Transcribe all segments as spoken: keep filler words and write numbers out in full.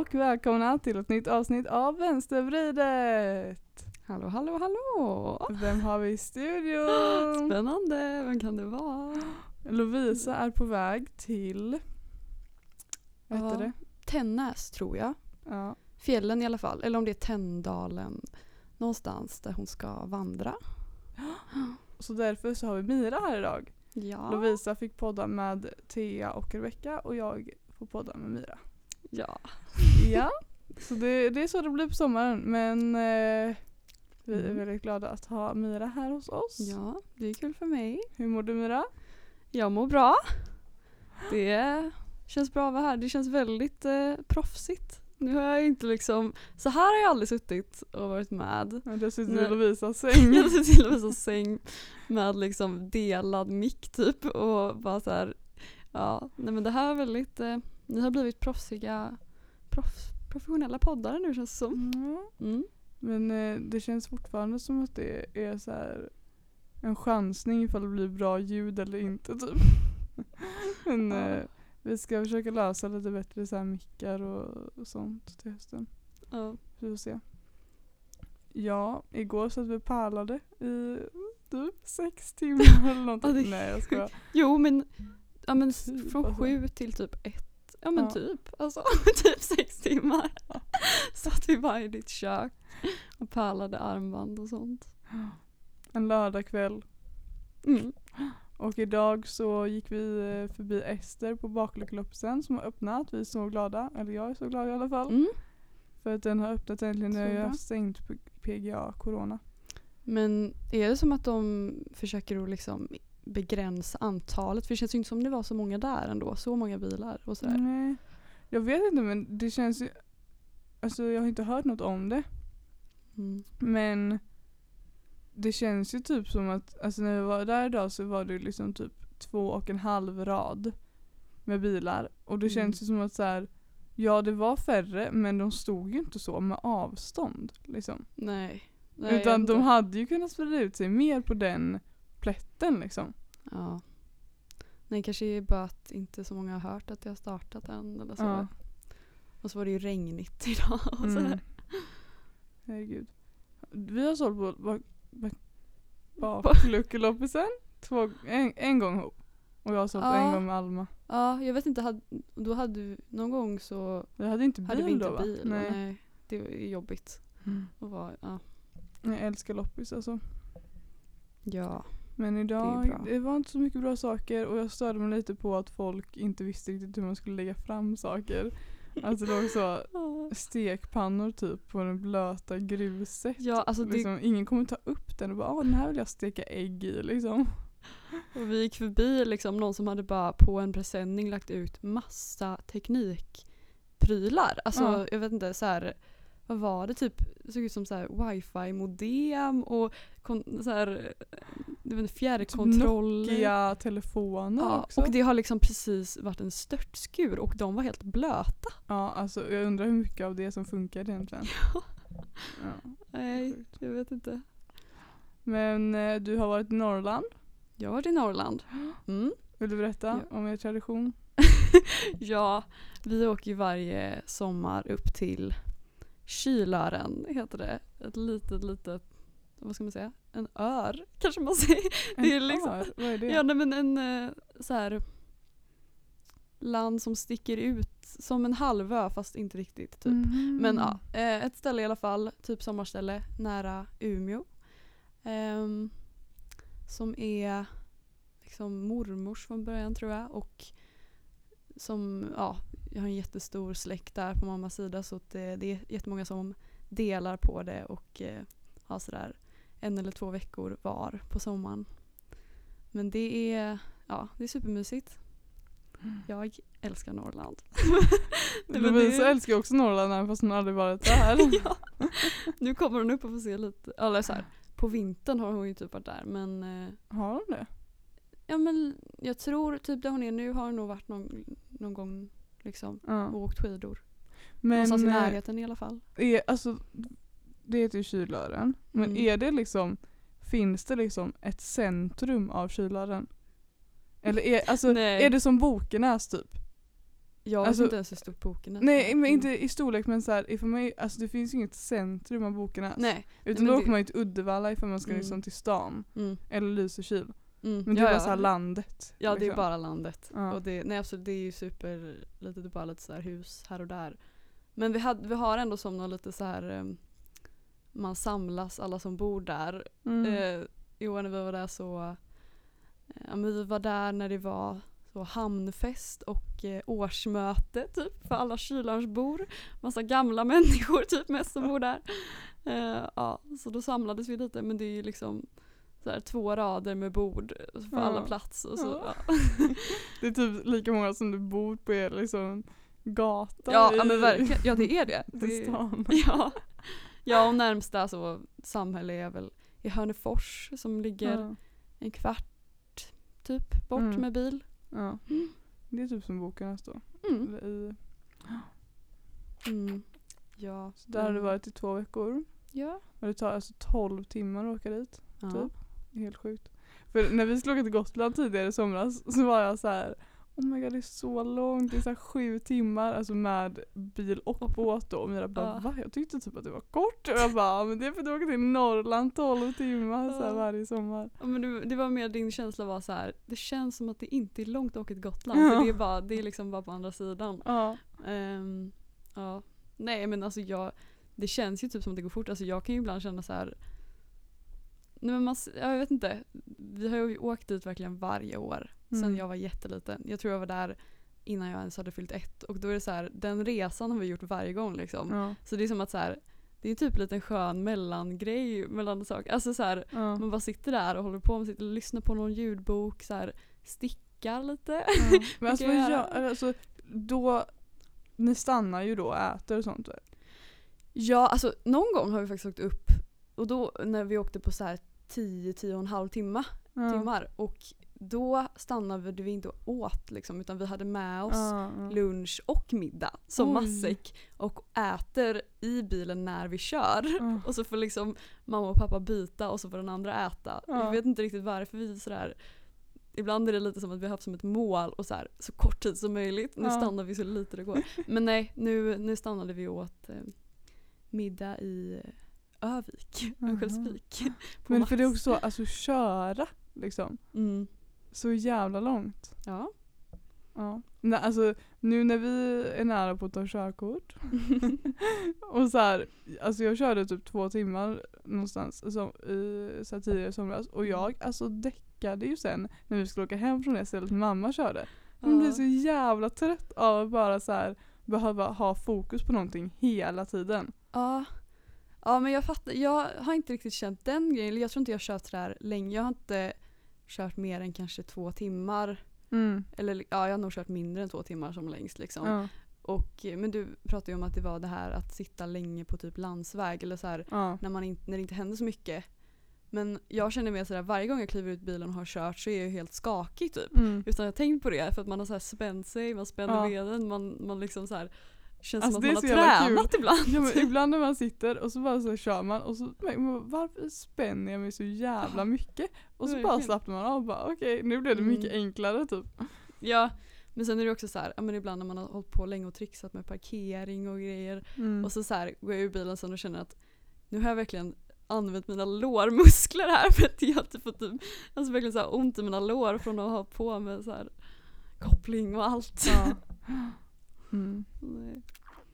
och välkomna till ett nytt avsnitt av Vänstervridet. Hallå, hallå, hallå. Vem har vi i studion? Spännande, vem kan det vara? Lovisa är på väg till... Vad heter Ja, det? Tännäs tror jag. Ja. Fjällen i alla fall. Eller om det är Tänndalen. Någonstans där hon ska vandra. Så därför så har vi Mira här idag. Ja. Lovisa fick podda med Thea och Rebecca och jag får podda med Mira. Ja. Ja, så det, det är så det blir på sommaren. Men eh, vi är Mm. väldigt glada att ha Mira här hos oss. Ja, det är kul för mig. Hur mår du, Mira? Jag mår bra. Det känns bra att vara här. Det känns väldigt eh, proffsigt. Nu har jag inte liksom... Så här har jag aldrig suttit och varit med. Jag har suttit Nej. i Lovisas säng. Jag har till och med så säng med liksom delad mick typ. Och bara så här... Ja, nej men det här är väldigt... Eh, ni har blivit proffsiga... Proff, professionella poddare nu känns det som. Mm. Mm. Men eh, det känns fortfarande som att det är så här en chansning ifall det blir bra ljud eller inte typ. Men Ja. eh, vi ska försöka lösa lite bättre så här mickar och, och sånt till hösten. Ja. Vi får se. Ja, igår så att vi pärlade i typ sex timmar eller någonting. Ja, det är Nej, jag ska. Jo men, ja, men s- Typ, från alltså. sju till typ ett. Ja men Ja. typ. Alltså typ sex timmar. Satt vi bara i ditt kök och pärlade armband och sånt. En lördagkväll. Mm. Och idag så gick vi eh, förbi Ester på Baklyckeloppisen som har öppnat. Vi är så glada. Eller jag är så glad i alla fall. Mm. För att den har öppnat äntligen när Så jag har bra. stängt på P G A corona. Men är det som att de försöker att liksom begränsa antalet? För det känns ju inte som det var så många där ändå. Så många bilar och sådär. Nej, jag vet inte men det känns ju... Alltså jag har inte hört något om det. Mm. Men det känns ju typ som att... Alltså när vi var där idag så var det liksom typ två och en halv rad med bilar. Och det Mm. känns ju som att så här... Ja, det var färre men de stod ju inte så med avstånd liksom. Nej. Nej. jag Utan vet de inte. hade ju kunnat sprida ut sig mer på den plätten liksom. Ja. Nej, kanske är bara att inte så många har hört att det har startat än. Eller så. Ja. Och så var det ju regnigt idag. Och Mm. sådär. Herregud. Vi har sålt på bak, bak, Baklyckeloppisen två en, en gång ihop. Och jag har sålt Ja. en gång med Alma. Ja, jag vet inte. Hade, då hade du, någon gång så Vi hade inte bil hade vi inte då va? bil. Nej. Nej. Det är jobbigt. Mm. Och var, ja. Jag älskar loppis alltså. ja. Men idag, Det är bra. det var inte så mycket bra saker. Och jag störde mig lite på att folk inte visste riktigt hur man skulle lägga fram saker. Alltså det var så stekpannor typ på den blöta gruset. Ja, alltså det, Liksom, ingen kommer ta upp den och bara åh den här vill jag steka ägg i liksom. och vi gick förbi liksom någon som hade bara på en presenning lagt ut massa teknikprylar. Alltså Ja. jag vet inte så här. Vad var det typ? Det såg ut som så här wifi-modem och kon- så här, det var en fjärrkontroll. Nokia-telefoner Ja, också. och det har liksom precis varit en störtskur och de var helt blöta. Ja, alltså jag undrar hur mycket av det som funkar egentligen. Ja. Nej, jag vet inte. Men eh, du har varit i Norrland. Jag har varit i Norrland. Mm. Vill du berätta Ja. om er tradition? Ja, vi åker ju varje sommar upp till Kylören, heter det. Ett litet, litet, vad ska man säga? En ör, kanske man säger. Det är En liksom, ör? Vad är det? ja, nej, men en eh, så här land som sticker ut som en halvö fast inte riktigt typ. Mhm. Men ja, eh, ett ställe i alla fall, typ sommarställe nära Umeå. Ehm, som är liksom mormors från början tror jag och som, ja, jag har en jättestor släkt där på mammas sida så att det, det är jättemånga som delar på det och eh, har sådär en eller två veckor var på sommaren. Men det är, ja, det är supermysigt. Jag älskar Norrland. Nej, men Lovisa det- älskar också Norrland även fast hon aldrig varit där. Ja. Nu kommer hon upp och får se lite. Eller så här, på vintern har hon ju typ varit där. Men, eh, Har hon det? ja, men jag tror typ där hon är nu har hon nog varit någon, någon gång liksom, och Ja. åkt skidor. Men Någonstans i eh, närheten i alla fall. är, alltså, det heter ju Kylören. Men Mm. är det liksom, finns det liksom ett centrum av Kylören? Eller är, alltså, Nej. är det som Bokenäs typ? Jag Alltså- vet inte ens hur stort boken är. Nej, men Mm. inte i storlek, men så här, ifall man, alltså det finns inget centrum av Bokenäs. Nej. Utan men då det- åker man ju till Uddevalla ifall man ska Mm. liksom till stan. Mm. Eller Lysekil. Mm. Men det ja, är bara ja. så här landet. Ja, det är liksom. bara landet. Ja. Och det, nej, absolut, det är ju super, lite, det är bara lite så här hus här och där. Men vi, hade, vi har ändå som något lite så här, um, man samlas alla som bor där. Mm. Eh, I år när vi var där så, eh, ja, men vi var där när det var så hamnfest och eh, årsmöte typ för alla Kylarnsbor. Massa gamla människor typ mest som bor där. Eh, ja, så då samlades vi lite, men det är ju liksom så här, två rader med bord för Ja. alla plats. Och så, Ja. ja. Det är typ lika många som du bor på er liksom gata Ja, i, ja men verkligen, ja det är det. i det stan. ja. ja, och närmsta så, samhälle är väl i Hörnefors som ligger Ja. en kvart typ bort Mm. med bil. Ja. Det är typ som Bokenäs då. Mm. Eller i, Mm. Ja. så där har du mm. varit i två veckor. Ja. Och det tar alltså tolv timmar att åka dit. Ja. Typ. Helt sjukt. För när vi skulle åka till Gotland tidigare i somras så var jag så här: oh my god, det är så långt. Det är så här sju timmar alltså med bil och båt då. Och Mira bara, Ja. va? Jag tyckte typ att det var kort. Och jag bara, men det är för att du åker till Norrland tolv timmar så här Ja. varje sommar. Ja, men det, det var mer din känsla var så här. Det känns som att det inte är långt att åka till Gotland. Ja. För det är, bara, det är liksom bara på andra sidan. Ja. Ehm, ja. Nej men alltså jag, det känns ju typ som att det går fort. Alltså jag kan ju ibland känna så här. Nej, men man, jag vet inte. Vi har ju åkt dit verkligen varje år. Sen Mm. jag var jätteliten. Jag tror jag var där innan jag ens hade fyllt ett. Och då är det så här, den resan har vi gjort varje gång liksom. Ja. Så det är som att så här, det är typ lite en skön mellangrej mellan saker. Alltså så här, Ja. man bara sitter där och håller på, man sitter och lyssnar på någon ljudbok, så här, stickar lite. Ja. Men alltså, Brukar vad jag gör, alltså då, ni stannar ju då och äter och sånt. Ja, alltså någon gång har vi faktiskt åkt upp och då när vi åkte på så här tio till och en halv timme, Ja. timmar och då stannade vi inte och åt liksom, utan vi hade med oss Ja, ja. lunch och middag som Oj. matsäck och äter i bilen när vi kör. Ja. Och så får liksom mamma och pappa byta och så får den andra äta. Ja. Jag vet inte riktigt varför vi sådär. Ibland är det lite som att vi har haft som ett mål och så här, så kort tid som möjligt. Nu Ja. stannar vi så lite det går. Men nej, nu, nu stannade vi åt eh, middag i eh, Övik, Aha. Örnsköldsvik. på Men för det är Max. också alltså köra liksom. Mm. Så jävla långt. Ja. Ja. Nej, alltså nu när vi är nära på att ta körkort och så här, alltså jag körde typ två timmar någonstans som, i, så här tidigare i somras och jag alltså däckade ju sen när vi skulle åka hem från det stället mamma körde. Man blir Ja. så jävla trött av att bara så här behöva ha fokus på någonting hela tiden. Ja. Ja, men jag fattar. Jag har inte riktigt känt den grejen. Jag tror inte jag har kört så där länge. Jag har inte kört mer än kanske två timmar. Mm. Eller ja, jag har nog kört mindre än två timmar som längst liksom. Ja. Och, men du pratade ju om att det var det här att sitta länge på typ landsväg eller så här, Ja. när, man inte, när det inte händer så mycket. Men jag känner mig sådär, varje gång jag kliver ut bilen och har kört så är jag ju helt skakig typ. Mm. Utan jag tänkt på det för att man har så här spänt sig, man spänner Ja. benen, man, man liksom så här känns Alltså, som det är att så man har jävla tränat ibland. Ja, men ibland när man sitter och så bara så kör man och så märker man, varför spänner jag mig så jävla mycket? Och så bara Verkligen. slappnar man av och bara okej, nu blev det mycket Mm. enklare typ. Ja, men sen är det också så här, ja, men ibland när man har hållit på länge och trixat med parkering och grejer. Mm. Och så, så här, går jag ur bilen sen och känner att nu har jag verkligen använt mina lårmuskler här för att jag typ får typ, alltså verkligen så här ont i mina lår från att ha på med så här koppling och allt. Ja. Mm. Nej.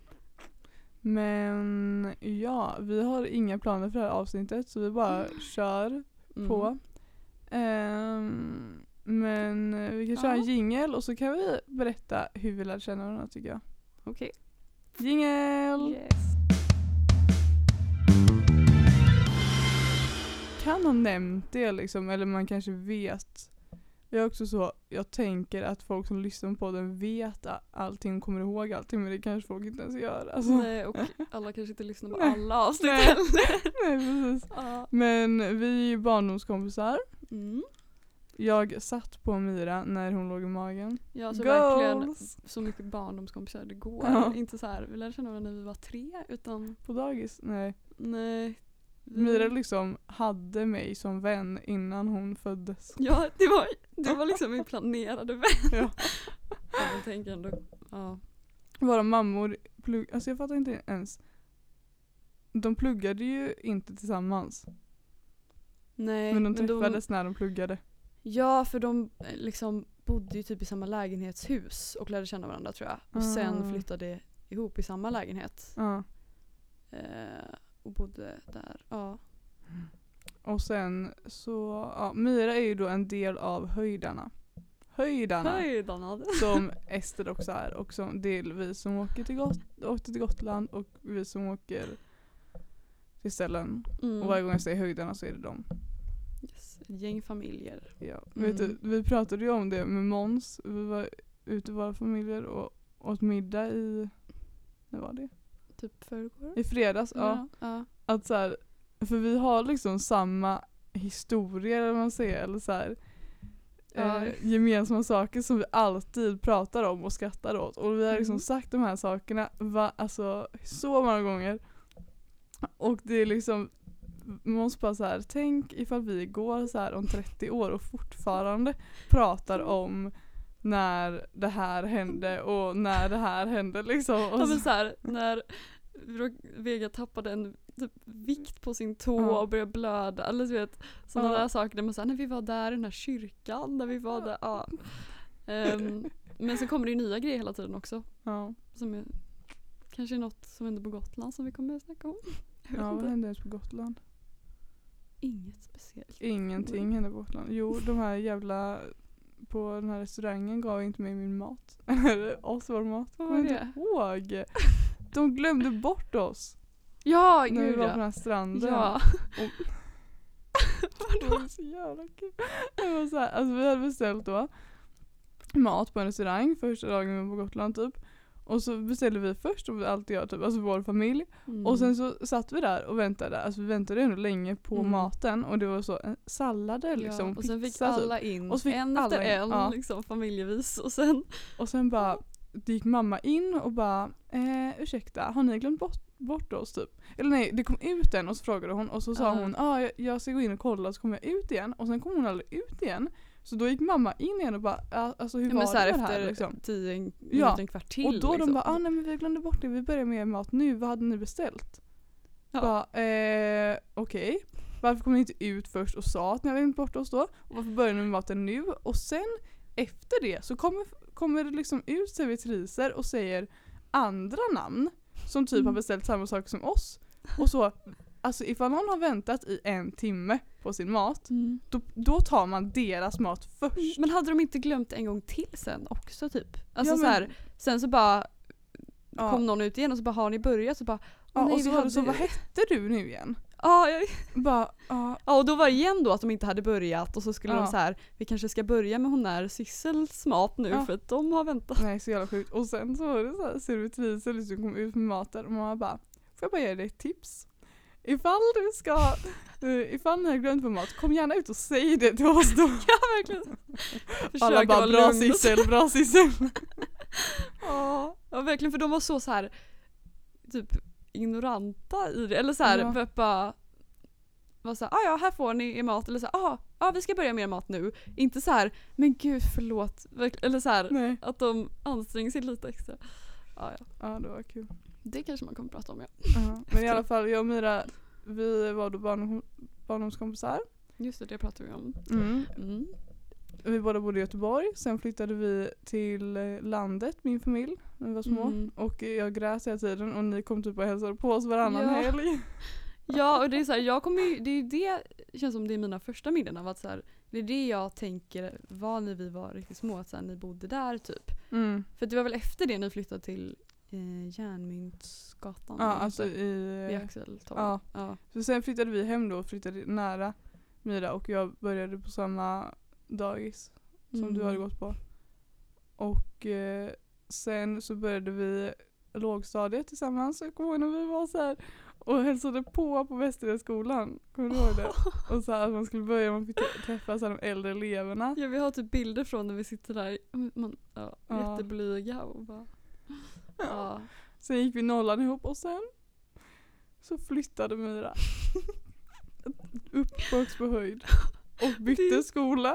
Men ja, vi har inga planer för det här avsnittet så vi bara kör Mm. på. Ehm, men vi kan köra en Ja. jingle och så kan vi berätta hur vi lär känna varandra tycker jag. Okej. Jingle! Yes. Kan ha nämnt det liksom, eller man kanske vet. Jag är också så, jag tänker att folk som lyssnar på den vet a- allting, kommer ihåg allting, men det kanske folk inte ens gör. Alltså, Nej, och alla kanske inte lyssnar på Nej. alla avsnitt Nej. heller. nej, precis. Ja. Men vi är ju barndomskompisar. Mm. Jag satt på Mira när hon låg i magen. Ja, så Goals! verkligen så mycket barndomskompisar det går. Ja. Inte så här, vi lärde känna varandra när vi var tre, utan På dagis? Nej. nej. Vi- Mira liksom hade mig som vän innan hon föddes. Ja, det var, det var liksom min planerade vän. Ja. Ja, men tänk ändå, ja, Ja. Våra mammor plugg, alltså jag fattar inte ens. De pluggade ju inte tillsammans. Nej, men de men träffades de, när de pluggade. ja, för de eh, liksom bodde ju typ i samma lägenhetshus och lärde känna varandra tror jag. Och Ah. sen flyttade ihop i samma lägenhet. Ja. Eh, och bodde där. Ja. Och sen så, ja, Myra är ju då en del av Höjdarna. Höjdarna. Höjdarna. Som Ester också är. Och som, det är vi som åker till, Got- åkte till Gotland och vi som åker till ställen. Mm. Och varje gång jag säger Höjdarna så är det dem. Yes. Ett gäng familjer. Ja. Mm. Vet du, vi pratade ju om det med Måns. Vi var ute i våra familjer och åt middag i, när var det? Typ förrgår. I fredags, ja. Ja. ja. Att så här, för vi har liksom samma historier eller vad man säger, eller så här, Ja. eh, gemensamma saker som vi alltid pratar om och skrattar åt. Och vi har liksom Mm. sagt de här sakerna va, alltså, så många gånger. Och det är liksom, man måste bara så här, tänk ifall vi går så här om trettio år och fortfarande pratar om när det här hände och när det här hände liksom. Och Ja, men så, så här, när Vega tappade en typ, vikt på sin tå Ja. och började blöda. Eller du vet, sådana Ja. där saker. Där man säger när vi var där i den här kyrkan. När vi var där. Ja. Ehm, men så kommer det ju nya grejer hela tiden också. ja. Som är kanske är något som händer på Gotland som vi kommer att snacka om. Jag vet Ja, vad inte. hände ens på Gotland? Inget speciellt. Ingenting hände på Gotland. Jo, de här jävla på den här restaurangen gav inte mig min mat. Eller oss vår mat. Vad Kommer var inte ihåg. De glömde bort oss Ja, när vi gud var på den ja. här stranden. Ja. Det var så jävla kul. Det var så här, alltså vi hade beställt då mat på en restaurang första dagen vi var på Gotland typ. Och så beställde vi först och vi alltid gör typ, alltså vår familj. Mm. Och sen så satt vi där och väntade. Alltså vi väntade ändå länge på Mm. maten. Och det var så en sallader Ja, liksom. och sen fick pizza, typ. alla in, Och så fick en alla efter in, en, ja. liksom familjevis. Och sen Och sen bara gick mamma in och bara eh, ursäkta, har ni glömt bort, bort oss typ? Eller nej, det kom ut en och så frågade hon och så sa Ja. hon ah, jag, jag ska gå in och kolla, så kommer jag ut igen. Och sen kom hon aldrig ut igen. Så då gick mamma in igen och bara ah, alltså hur ja, var men så här, det efter här liksom? tio, en, Ja. en kvart till. Och då liksom. de bara ah, nej men vi glömde bort det, vi börjar med er mat nu, vad hade ni beställt? Ja. Bara eh, okej. Varför kom ni inte ut först och sa att ni hade glömt bort oss då? Och varför börjar ni med maten nu? Och sen efter det så kommer, kommer det liksom ut servitriser och säger andra namn som typ Mm. har beställt samma saker som oss. Och så, alltså ifall någon har väntat i en timme på sin mat, Mm. då, då tar man deras mat först. Men hade de inte glömt en gång till sen också typ? Alltså Ja, så men- här, sen så bara Ja. kom någon ut igen och så bara har ni börjat? Så bara Ja, nej, och så vi var det hade- så, vad hette du nu igen? Ja, jag, Bara, ja, ja, och då var det igen då att de inte hade börjat och så skulle Ja. de så här, vi kanske ska börja med hon där Sissels mat nu Ja. för att de har väntat. nej så jävla sjukt. Och sen så var det så här servitriser liksom kom ut med maten och man bara, får jag bara ge dig ett tips? Ifall du ska, uh, ifall ni har glömt på mat, kom gärna ut och säg det till oss då. Ja, verkligen. Alla Försöka bara, vara bra lugn och så- Sissel, bra Sissel. Ja, ja, verkligen, för de var så så här typ ignoranta i det. Eller så här, Ja. bara var så här, ah, ja, här får ni er mat. Eller så här, ah, ah, vi ska börja med er mat nu. Inte så här, men gud förlåt. Verkl- Eller så här, Nej. att de anstränger sig lite extra. Ja, ja. Ja, det var kul. Det kanske man kommer prata om, ja. Ja. Men i alla fall, jag och Myra, vi var då barn, barndomskompisar. Just det, det pratar vi om. Mm. Mm. Vi båda bodde i Göteborg. Sen flyttade vi till eh, landet, min familj, när vi var små. Mm. Och eh, jag grät hela tiden och ni kom typ och hälsade på oss varannan Ja. helg. Ja, och det är så här, jag kommer ju, det är ju det känns som det är mina första minnen av att så här, det är det jag tänker var när vi var riktigt små, att så här, ni bodde där typ. Mm. För det var väl efter det ni flyttade till eh, Järnmyntsgatan? Ja, eller alltså inte? i... Vid Axeltorg. Ja. Ja. Så sen flyttade vi hem då och flyttade nära Myra och jag började på samma dagis som Mm. du hade gått på. Och eh, sen så började vi lågstadiet tillsammans. Jag kommer ihåg när vi var så här och hälsade på på Västerhetsskolan. Kommer du ihåg det? Och så här att man skulle börja, man fick träffa så här, de äldre eleverna. Ja, vi har typ bilder från när vi sitter där, man, ja, Ja. jätteblyga och bara... Ja. Sen gick vi nollan ihop och sen så flyttade Myra upp på Högsbo höjd och bytte Det- skola.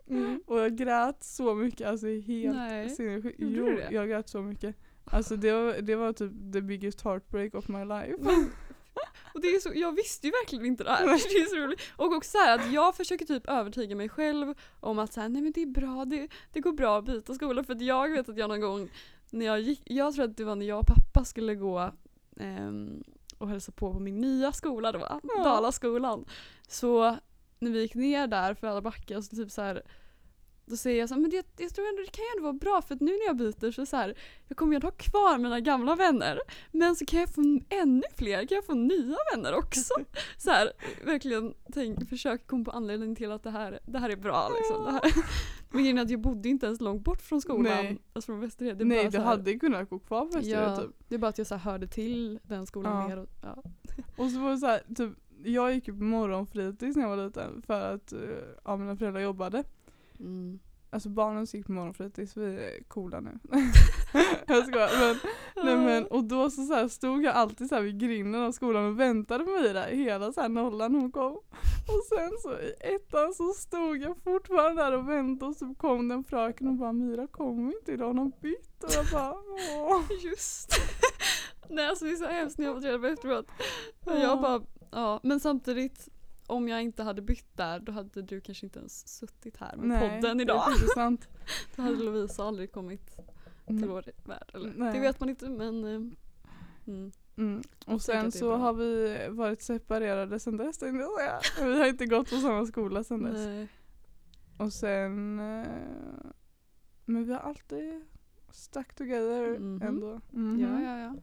Mm. Och jag grät så mycket, alltså helt Nej. sinnessjukt. Gjorde Jo, du det? jag grät så mycket. Alltså det var, det var typ the biggest heartbreak of my life. Men, och det är så, jag visste ju verkligen inte det här. Det är så roligt. Och också så här att jag försöker typ övertyga mig själv om att så här, nej men det är bra, det, det går bra att byta skola. För att jag vet att jag någon gång, när jag gick, jag tror att det var när jag och pappa skulle gå ehm, och hälsa på på min nya skola då, Ja. Dalaskolan. Så när vi gick ner där för alla backar så typ så här, då säger jag så här, men det, jag tror ändå det kan ju ändå vara bra för att nu när jag byter så, så här, jag kommer ju ha kvar mina gamla vänner, men så kan jag få ännu fler, kan jag få nya vänner också. Så här, verkligen tänk, försök komma på anledning till att det här, det här är bra liksom. Det här. Men grejen är att jag bodde inte ens långt bort från skolan, Nej. alltså från Västerhed. Det är Nej, bara du så här, hade kunnat gå kvar på ja, Västerhed typ. det är bara att jag så här, hörde till den skolan Ja. mer. Och, ja. Och så var det så här, typ, jag gick ju på morgonfritids när jag var liten för att uh, ja, mina föräldrar jobbade. Mm. Alltså barnen gick på morgonfritids, vi är coola nu. Jag skojar, men, nej, men, och då så, så här, stod jag alltid så här vid grinden av skolan och väntade på Mira hela så här nollan hon kom. Och sen så i ettan så stod jag fortfarande där och väntade och så kom den fröken och bara, Mira kom inte idag, hon har bytt. Och jag bara, åh. Just. Nej, alltså det är så hemskt när jag var reda på efteråt. Men Ja. jag bara, ja, men samtidigt, om jag inte hade bytt där, då hade du kanske inte ens suttit här med Nej, podden idag. det är intressant. Då hade Lovisa aldrig kommit till Mm. vår värld. Eller, Nej. det vet man inte, men eh, mm. Mm. Och Jag tänker sen att det är så bra. har vi varit separerade sen dess, tänkte jag säga. Vi har inte gått på samma skola sen dess. Nej. Och sen, eh, men vi har alltid stuck together Mhm. ändå. Mhm. Ja, ja, ja.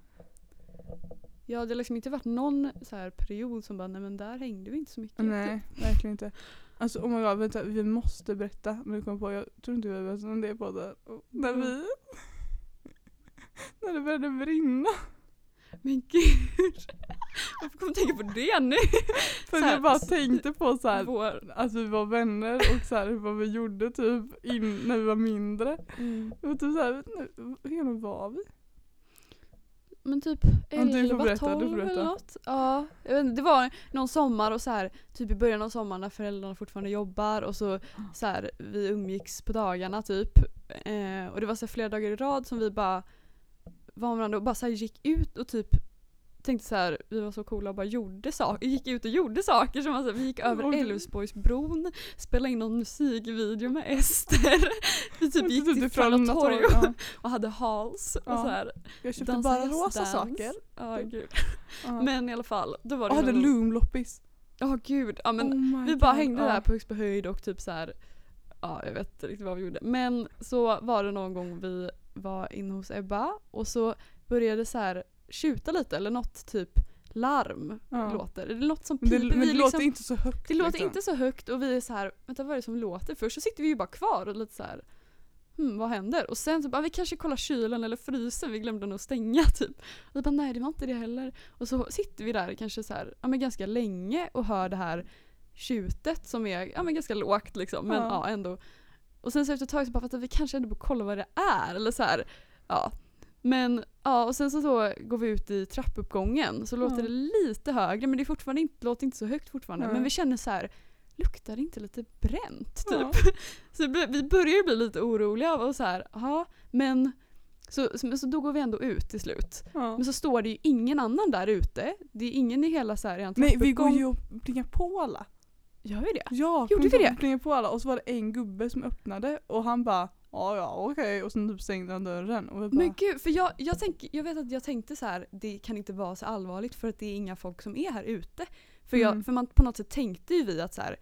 Ja, det har liksom inte varit någon så här period som bara, nej men där hängde vi inte så mycket. Nej, verkligen inte. Alltså oh my god, vänta, vi måste berätta. Nu kom jag på, jag tror inte vi har berättat om det på det. När Mm. vi, när det började brinna. Men gud, varför kommer jag tänka på det nu? För Så här, jag bara s- tänkte på så här, Vår, att vi var vänner och så här, vad vi gjorde typ in, när vi var mindre. mm. Och typ så här, vet ni, hur gamla var vi? Men typ Ja, du får elva berätta, du får tolv berätta. eller något. Ja, jag vet inte, det var någon sommar och så här, typ i början av sommaren när föräldrarna fortfarande jobbar och så, så här, vi umgicks på dagarna typ. Eh, och det var så här, flera dagar i rad som vi bara var med varandra och bara så här, gick ut och typ tänkte så här, vi var så coola och bara gjorde saker, gick ut och gjorde saker som alltså, vi gick över Oj. Älvsborgsbron, spelade in någon musikvideo med Ester. Vi typ Och gick typ till till Frölundatorg Frölundatorg, ja. och hade hals och Ja. så här. Jag köpte dansa bara hästdans. rosa saker. Ja, gud. Ja. Men i alla fall, då var Och det hade någon- loomloppis. Ja, gud. Ja, men Oh my vi bara God, hängde ja. där på Högsby höjd och typ så här. Ja, jag vet inte riktigt vad vi gjorde. Men så var det någon gång vi var inne hos Ebba och så började det så här tjuta lite eller något typ larm Ja. låter. Det är något som Men det, piper. men Vi det liksom, låter inte så högt. det låter liksom. inte så högt och vi är så här, vänta vad är det som låter? Först så sitter vi ju bara kvar och lite så här, hmm, vad händer? Och sen så bara, vi kanske kollar kylen eller frysen, vi glömde nog stänga typ. Och vi bara, nej det var inte det heller. Och så sitter vi där kanske så här, ja men ganska länge och hör det här tjutet som är, ja men ganska lågt liksom, men Ja. ja, ändå. Och sen så efter ett tag så bara, att vi kanske ändå borde kolla vad det är, eller så här, ja. Men ja, och sen så, så går vi ut i trappuppgången så låter Ja. det lite högre, men det är fortfarande inte, låter inte så högt fortfarande. Nej. Men vi känner så här, luktar det inte lite bränt typ? Ja. Så det blir- vi börjar bli lite oroliga och så här, ja, men så, så, så då går vi ändå ut till slut. Ja. Men så står det ju ingen annan där ute. Det är ingen i hela så här, i en Nej, vi går trappuppgång. ju och plingar på alla. Gör vi det? Ja, Gjorde vi det? Plingar på alla och så var det en gubbe som öppnade och han bara, ja ja okej, och sen typ stängde han dörren och vi bara, Men gud, för jag, jag, tänk, jag vet att jag tänkte så här, det kan inte vara så allvarligt för att det är inga folk som är här ute. För, jag, Mm. för man, på något sätt tänkte ju vi att så här,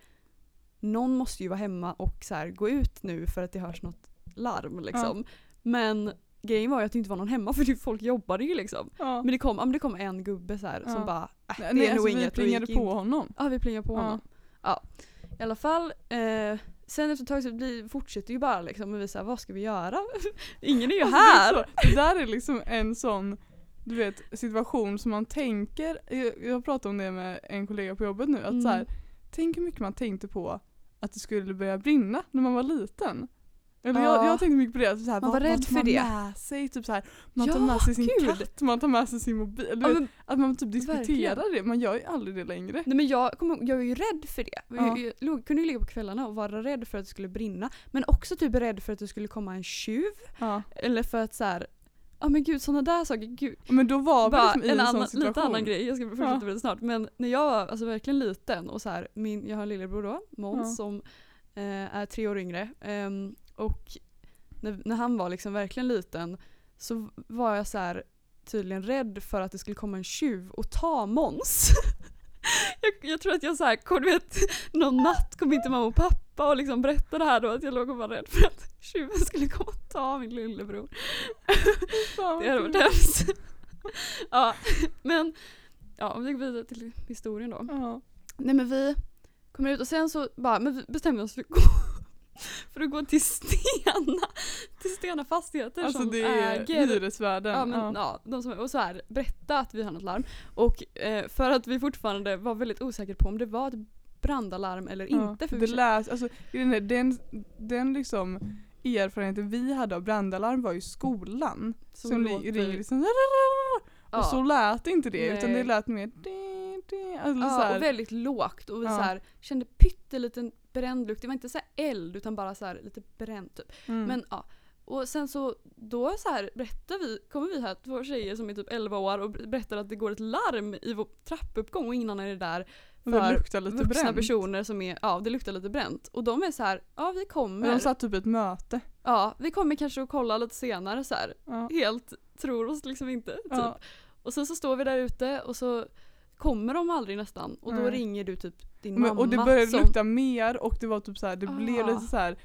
någon måste ju vara hemma och så här, gå ut nu för att det hörs något larm liksom. Men grejen var ju att det inte var någon hemma för det, folk jobbade ju liksom. ja. Men det kom, ja, men det kom en gubbe så här, Ja. som bara, äh, det Nej, är nej, nog alltså, vi inget. och plingade gick på in. honom. Ja, vi plingade på Ja. honom. Ja. I alla fall, eh, sen efter ett tag så blir, fortsätter ju bara liksom, och vi säger vad ska vi göra? Ingen är ju Alltså, här! Det, är så, det där är liksom en sån, du vet, situation som man tänker, jag, jag pratar om det med en kollega på jobbet nu, att Mm. så här, tänk hur mycket man tänkte på att det skulle börja brinna när man var liten. Eller Ja. jag, jag tänkte mycket på det. Så här, Man var vad, rädd vad tar för man det. med sig? Typ så här, man tar Ja, med sig sin gud. katt, man tar med sig sin mobil. Du Ja, vet, men, att man typ diskuterar verkligen. det. Man gör ju aldrig det längre. nej, men jag, kom, ihåg, jag var ju rädd för det. Ja. Jag, jag, låg, kunde ju ligga på kvällarna och vara rädd för att det skulle brinna. Men också typ rädd för att det skulle komma en tjuv. Ja. Eller för att så här, ja men gud sådana där saker, gud. Men då var vi Bara liksom i en, en sån annan, situation. lite annan grej, jag ska fortsätta Ja. med det snart. Men när jag var alltså, verkligen liten och så här, min, jag har en lillebror då, Måns, Ja. som eh, är tre år yngre. Ehm, och när, när han var liksom verkligen liten så var jag så här tydligen rädd för att det skulle komma en tjuv och ta Måns. jag, jag tror att jag så här, kom, du vet, någon natt kom inte mamma och pappa och liksom berättade det här då att jag låg och var rädd för att tjuven skulle komma och ta min lillebror. Fan, vad Det hade varit kul. hemskt. Ja, men ja, om vi går vidare till historien då. Ja. Nej men vi kommer ut och sen så bara, men vi bestämde oss för att gå, för att gå till Stena, till Stena Fastigheter Alltså som det är äger, hyresvärden. ja, men, Ja. ja, de som, och så här, berätta att vi har något larm. Och eh, för att vi fortfarande var väldigt osäkra på om det var ett brandalarm eller Ja. inte. För Det vi, läs, alltså, den, den, den liksom erfarenheten vi hade av brandalarm var ju skolan. Som, som låter- ringer liksom ja. och så lät inte det utan Nej. det lät mer di, di, alltså, så Ja, här, och väldigt lågt och vi Ja. så här, kände pytteliten bränd lukt. Det var inte så här eld utan bara så här lite bränt typ. mm. Men ja, och sen så då så här berättar vi, kommer vi här två tjejer som är typ elva år och berättar att det går ett larm i vår trappuppgång och innan är det där och det för luktar lite vuxna bränt. personer som är, ja det luktar lite bränt. Och de är så här, ja vi Men kommer, de satt typ i ett möte. ja vi kommer kanske att kolla lite senare så här. Ja. Helt tror oss liksom inte typ. Ja. Och sen så står vi där ute och så kommer de aldrig nästan och då Nej. ringer du typ din Men, mamma och det började som, lukta mer och det var typ så här, det Ah. blev lite så här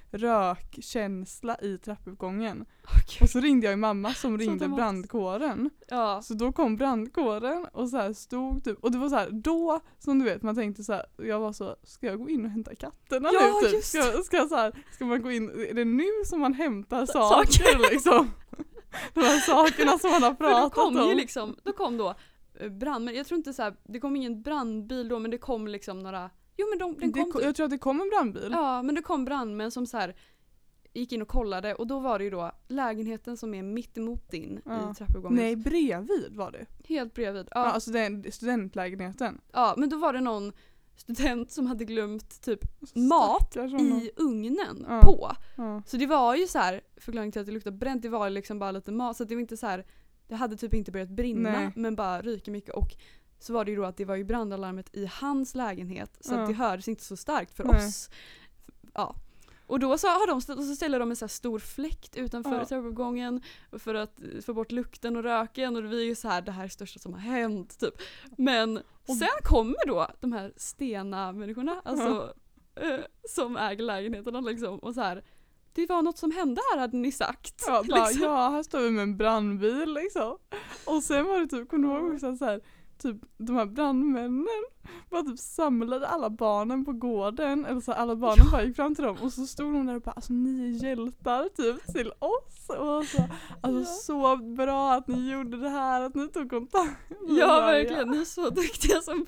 rökkänsla i trappuppgången. Åh, gud. Och så ringde jag ju mamma som Så ringde dramatiskt. brandkåren. Ja. Så då kom brandkåren och så här stod typ, och det var så här då som du vet man tänkte så här, jag var så, ska jag gå in och hämta katterna Ja, nu typ? just Ska, ska, jag så här, ska man gå in, är det nu som man hämtar Saker. saker liksom? De här sakerna som man har För då pratat kom om. ju liksom, då kom då eh, brand, men jag tror inte så här, det kom ingen brandbil då men det kom liksom några, jo men de, den det, kom ko- typ, jag tror att det kom en brandbil. ja men det kom brandmän som så här gick in och kollade och då var det ju då lägenheten som är mitt emot din Ja. i trappuppgången. Nej, bredvid var det. Helt bredvid. Ja. Ja, Alltså den studentlägenheten. ja, men då var det någon student som hade glömt typ mat Stackars honom. i ugnen Ja. på. Ja. Så det var ju så här, förklaring till att det luktade bränt, det var liksom bara lite mat så det var inte så här, det hade typ inte börjat brinna Nej. men bara ryka mycket och så var det ju då att det var ju brandalarmet i hans lägenhet så Ja. att det hördes inte så starkt för Nej. oss. Ja. Och då så har de ställt, och så ställer de en så här stor fläkt utanför Ja. trappuppgången för att få bort lukten och röken och vi är ju så här, det här är det största som har hänt typ. Men Och- sen kommer då de här stena människorna alltså eh, som äger lägenheterna liksom och så här, det var något som hände här hade ni sagt. Ja, bara, liksom. ja, här står vi med en brandbil liksom. Och sen var det typ, kommer du ihåg också så här, typ de här brandmännen bara typ samlade alla barnen på gården, eller så alla barnen bara gick fram till dem och så stod de där och bara, alltså ni är hjältar typ till oss. Och så, alltså Ja. så bra att ni gjorde det här, att ni tog kontakt. Ja Bara, verkligen, ni är så duktiga som,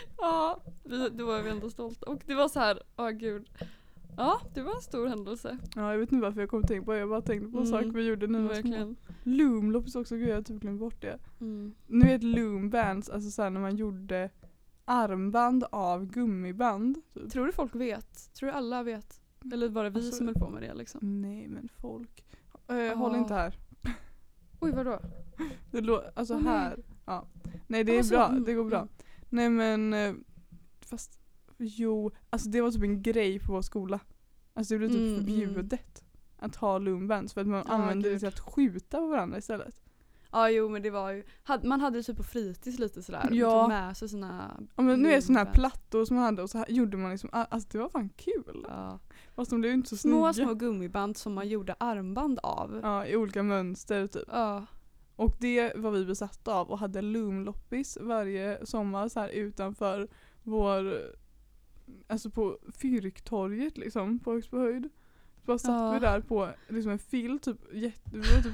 ja, vi, det var vi ändå stolta. Och det var så här, åh gud. Ja, det var en stor händelse. Ja, jag vet inte varför jag kom att tänka på det, jag bara tänkte på Mm, saker vi gjorde när vi var små. Verkligen. Loomloppis också, gud jag har typ glömt bort det. Mm. Nu vet Loombands, alltså såhär när man gjorde armband av gummiband. Typ. Tror du folk vet? Tror du alla vet? Eller var det vi Alltså- som höll på med det liksom? Nej men folk. Äh, Håll inte här. Oj, vadå? Det lå- alltså Åh, nej. här. Ja. Nej det är Ah, så, bra, mm, det går bra. mm. Nej men eh, fast jo, alltså det var typ en grej på vår skola. Alltså det blev typ Mm, mm. förbjudet att ha loombands för att man Ja, använde det gud. till att skjuta på varandra istället. Ja jo men det var ju, hade, man hade ju typ på fritids lite sådär. Ja. Man tog med sig sina Ja, men nu är det såna här loombands. plattor som man hade och så här gjorde man liksom, alltså det var fan kul. Ja. Fast de blev ju inte så Små snygga. små gummiband som man gjorde armband av. Ja, i olika mönster typ. Ja. Och det var vi besatta av och hade loomloppis varje sommar så här utanför vår, alltså på Fyrktorget liksom, på Högsbohöjd. Så bara satt Ja. vi där på liksom en filt, typ, jätte, vi var typ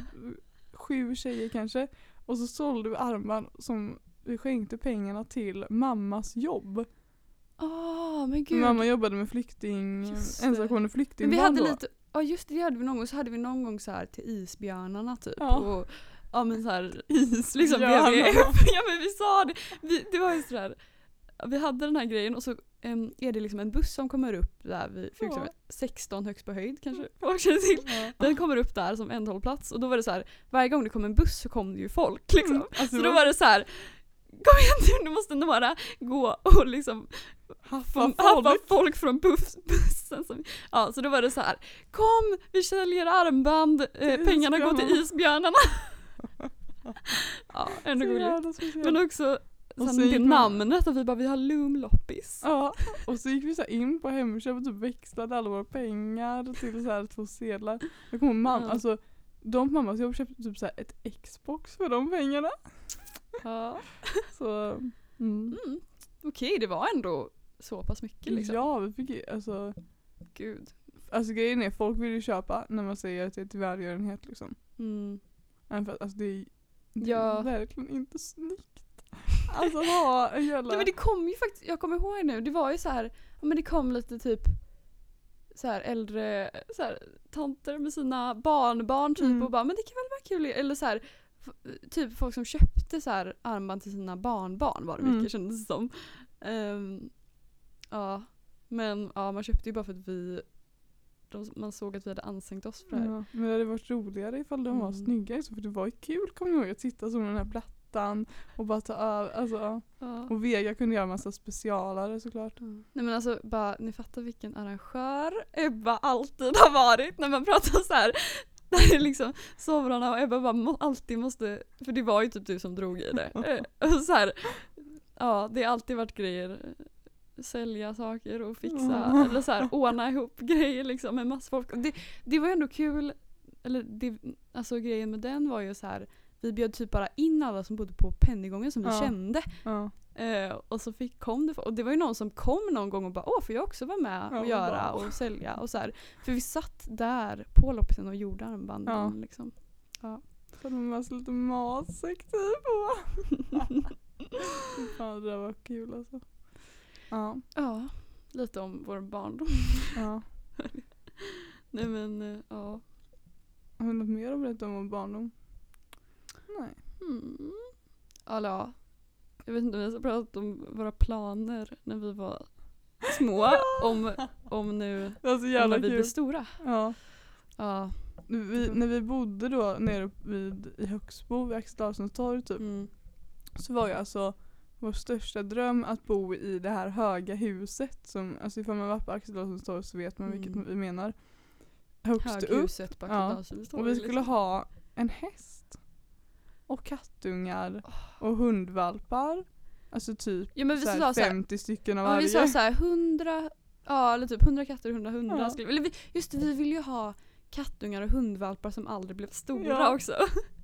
sju tjejer kanske. Och så sålde vi armband som vi skänkte pengarna till mammas jobb. Åh men gud. Mamma jobbade med flykting, Just det. ensamkommande Men flyktingbarn vi hade då. lite Ja just det, det hade vi någon gång. Så hade vi någon gång så här till isbjörnarna typ. Ja. Och, ja men så här, Isbjörnarna. liksom, vi, vi, ja men vi sa det. Vi, det var ju sådär. Vi hade den här grejen och så um, är det liksom en buss som kommer upp där vid Ja. sexton högst på höjd kanske. Folk känner till. Ja. Den kommer upp där som ändhållplats och då var det så här, varje gång det kom en buss så kom det ju folk liksom. Mm, alltså, så då var det så här, kom igen nu, nu måste några gå och liksom haffa haffa folk. haffa folk från buss, bussen. Som, ja, så då var det så här, kom vi säljer armband, eh, pengarna går till isbjörnarna. Ja, ändå gulligt. Men också Och sen så det gick man- namnet att vi bara, vi har Loom-loppis. Ja, och så gick vi så här in på Hemköp och typ växlade alla våra pengar till så här två sedlar. Jag kommer mamma, Ja. alltså de på mammas jobb köpte typ så här ett Xbox för de pengarna. Ja. Så mm. Mm. Okej, det var ändå så pass mycket liksom. Ja, vi fick ju- alltså Gud. alltså grejen är folk vill ju köpa när man säger att det är till välgörenhet liksom. Mm. Även för att alltså det är, det Ja. är verkligen inte snyggt. Alltså att ha en jävla... Nej men det kom ju faktiskt, jag kommer ihåg nu, det var ju så här, ja, men det kom lite typ så här äldre så här, tanter med sina barnbarn typ Mm. och bara, men det kan väl vara kul, eller så här f- typ folk som köpte så här armband till sina barnbarn var det mycket Mm. kändes det som. Ehm, ja, men ja, man köpte ju bara för att vi de, man såg att vi hade ansträngt oss för det här. Ja, men det hade varit roligare ifall de var Mm. snygga så för det var ju kul, kommer jag ihåg, att sitta som den här plattan och bara ta över, alltså. Ja. Och Vega kunde göra massa specialare såklart. Mm. Nej men alltså bara, ni fattar vilken arrangör Ebba alltid har varit när man pratar så här. Där är liksom sovrarna och Ebba bara må, alltid måste, för det var ju typ du som drog i det. Eh, och så här, ja det har alltid varit grejer, sälja saker och fixa, Mm. eller så här ordna ihop grejer liksom med massa folk. Det, det var ju ändå kul, eller det, alltså grejen med den var ju så här, vi bjöd typ bara in alla som bodde på Pennygången som vi Ja. kände. Ja. Eh, och så fick, kom det, och det var ju någon som kom någon gång och bara, åh får jag också vara med Ja, och och göra bara- och sälja och så här. För vi satt där på loppisen och gjorde armbanden Ja. liksom. Så de var så lite matsäck typ. Fy Fan det där var kul alltså. Ja. Ja, lite om vår barndom. Ja. Nej men, eh, ja. Har du något mer att berätta om vår barndom? Nej. Mm. Alltså, ja. Jag vet inte om vi har pratat om våra planer när vi var små. om, om nu, Det var så om jävla när vi blir kul. stora. Ja. Ja. Vi, när vi bodde då nere vid, i Högsbo vid Axel Larssons torg typ. Mm. Så var ju alltså vår största dröm att bo i det här höga huset som, alltså ifall man var på Axel Larssons torg så vet man vilket Mm. vi menar. Högst upp. Höghuset på Ja. Axel Larssons Och torg, vi skulle liksom. ha en häst. Och kattungar. Och hundvalpar. Alltså typ Ja men vi så här sa så här, femtio stycken av ja, varje. vi sa så här hundra, ja eller typ hundra katter och hundra hundar. Ja. Skulle, eller vi, just det, vi ville ju ha kattungar och hundvalpar som aldrig blev stora Ja. också.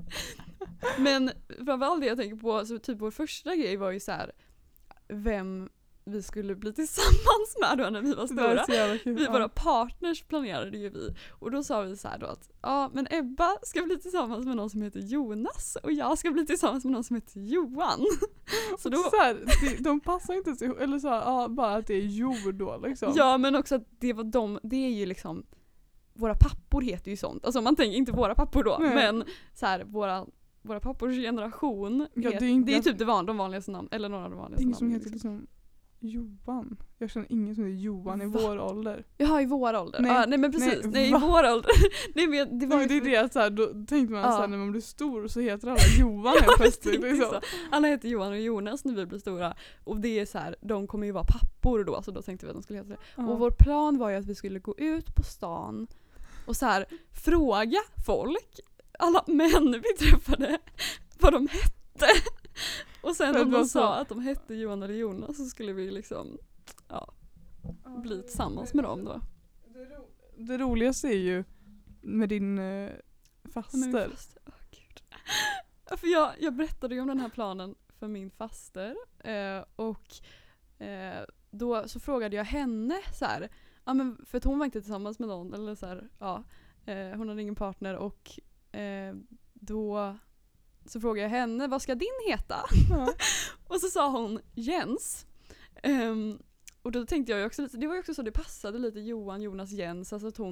Men framförallt det jag tänker på, så typ vår första grej var ju så här, vem vi skulle bli tillsammans med då när vi var Det var stora. så jävla kul. Vi, Ja. våra partners planerade ju vi. Och då sa vi så här då att ja men Ebba ska bli tillsammans med någon som heter Jonas och jag ska bli tillsammans med någon som heter Johan. Så då, så här, de, de passar inte ens ihop, eller så här, ja, bara att det är jord då liksom. ja men också att det var de, det är ju liksom, våra pappor heter ju sånt. Alltså man tänker inte våra pappor då, Nej. men så här, våra, våra pappors generation, Ja, het, det är inte- det är typ det van, de vanligaste namn, eller några av de vanligaste Ingen som namnen. heter Liksom. liksom Johan. Jag känner ingen som heter Johan i Va? vår ålder. Jaha, i vår ålder. Nej, Nej, ah, nej men precis, nej, nej, i va? vår ålder. nej men det var Nej, ju det är för- det att så här, då tänkte man Ja. så här, när man blir stor så heter alla Johan helt Ja, plötsligt. jag tänkte Liksom. så. Alla heter Johan och Jonas när vi blir stora. Och det är så här, de kommer ju vara pappor då, så då tänkte vi att de skulle heta det. Ja. Och vår plan var ju att vi skulle gå ut på stan och så här fråga folk, alla män vi träffade, vad de hette. Och sen Men om vad de så? sa att de hette Johan eller Jonas så skulle vi liksom, ja, bli tillsammans med dem då. Det, ro- det roligaste är ju med din eh, Men faster. fast, åh, gud. För jag, jag berättade ju om den här planen för min faster eh, och eh, då så frågade jag henne så här, ja, men för att hon var inte tillsammans med någon eller så här, ja, eh, hon hade ingen partner och eh, då så frågade jag henne, vad ska din heta? Ja. Och så sa hon Jens. Ehm, och då tänkte jag ju också lite, det var ju också så det passade lite Johan, Jonas, Jens, alltså att hon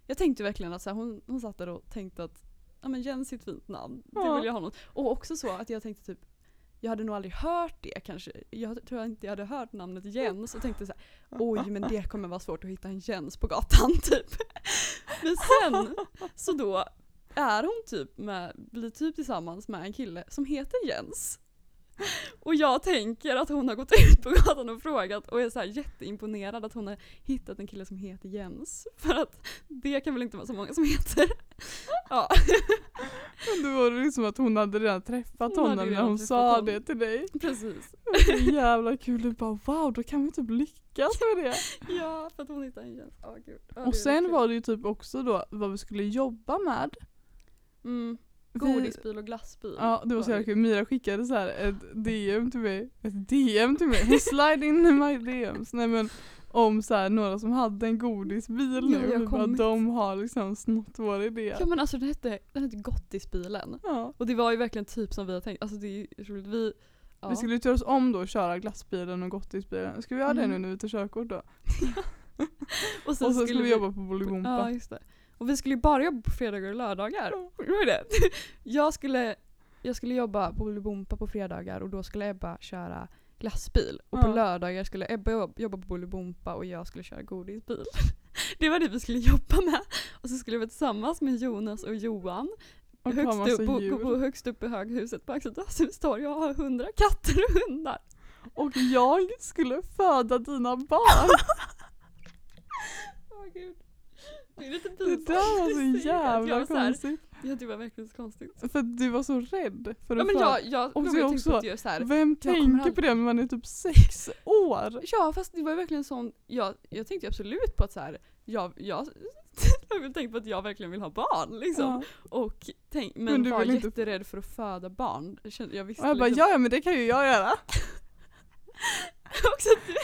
jag tänkte verkligen att så här, hon, hon satt där och tänkte att ja men Jens är ett fint namn, det Ja. vill jag ha något. Och också så att jag tänkte typ, jag hade nog aldrig hört det kanske. Jag tror inte jag hade hört namnet Jens och tänkte så här, oj men det kommer vara svårt att hitta en Jens på gatan typ. Men sen så då är hon typ med, blir typ tillsammans med en kille som heter Jens. Och jag tänker att hon har gått ut på gatan och frågat och är så här jätteimponerad att hon har hittat en kille som heter Jens. För att det kan väl inte vara så många som heter. Ja. Men då var det liksom att hon hade redan träffat Hon hade honom när redan hon träffat sa honom. det till dig. Precis. Så jävla kul. Du bara wow, då kan vi typ lyckas med det. Ja, för att hon hittade en Jens. Ja, gud. Ja, det är Och sen kul. var det ju typ också då vad vi skulle jobba med. Mm. Vi- Godisbil och glassbil. Ja, det var så jävla det. kul. Mira skickade så här ett D M till mig. Ett D M till mig. Hon slide in i my D Ms. Nej men om så här några som hade en godisbil Ja, nu. jag Och bara, kommit. de har liksom snott vår idé. Ja men alltså den hette, den hette Gottisbilen. Ja. Och det var ju verkligen typ som vi har tänkt. Alltså det är ju roligt. Vi, ja. Vi skulle ju göra oss om då och köra glassbilen och gottisbilen. Ska vi göra det Mm. nu när vi tar körkort då? och sen Och så skulle vi jobba på Bolibompa. Ja just det. Och vi skulle ju bara jobba på fredagar och lördagar. Ja. Det var det. Jag skulle, jag skulle jobba på Bolibompa på fredagar och då skulle Ebba köra glassbil. Och på Ja. lördagar skulle Ebba jobb- jobba på Bolibompa och jag skulle köra godisbil. Det var det vi skulle jobba med. Och så skulle vi vara tillsammans med Jonas och Johan. Och ha Högst massa upp, bo, djur. bo, högst upp i höghuset på Axel Döshus torg och ha hundra katter och hundar. Och jag skulle föda dina barn. Åh gud. Det är lite Det pinsamt. där var Jag så säger att jag jävla var så här- konstigt. Ja det var verkligen så konstigt. För att du var så rädd för Ja att men föda. jag, jag, Och jag, det är jag också- tänkte att jag så här. Vem kommer tänker aldrig- på det när man är typ sex år? Ja fast det var verkligen sån, jag, jag tänkte absolut på att så här, jag, jag, jag vill tänka på att jag verkligen vill ha barn liksom. Ja. Och tänk, men, Men du var vill inte- jätterädd för att föda barn. Jag, kände, jag visste Och jag bara, liksom ja ja men det kan ju jag göra. också att du...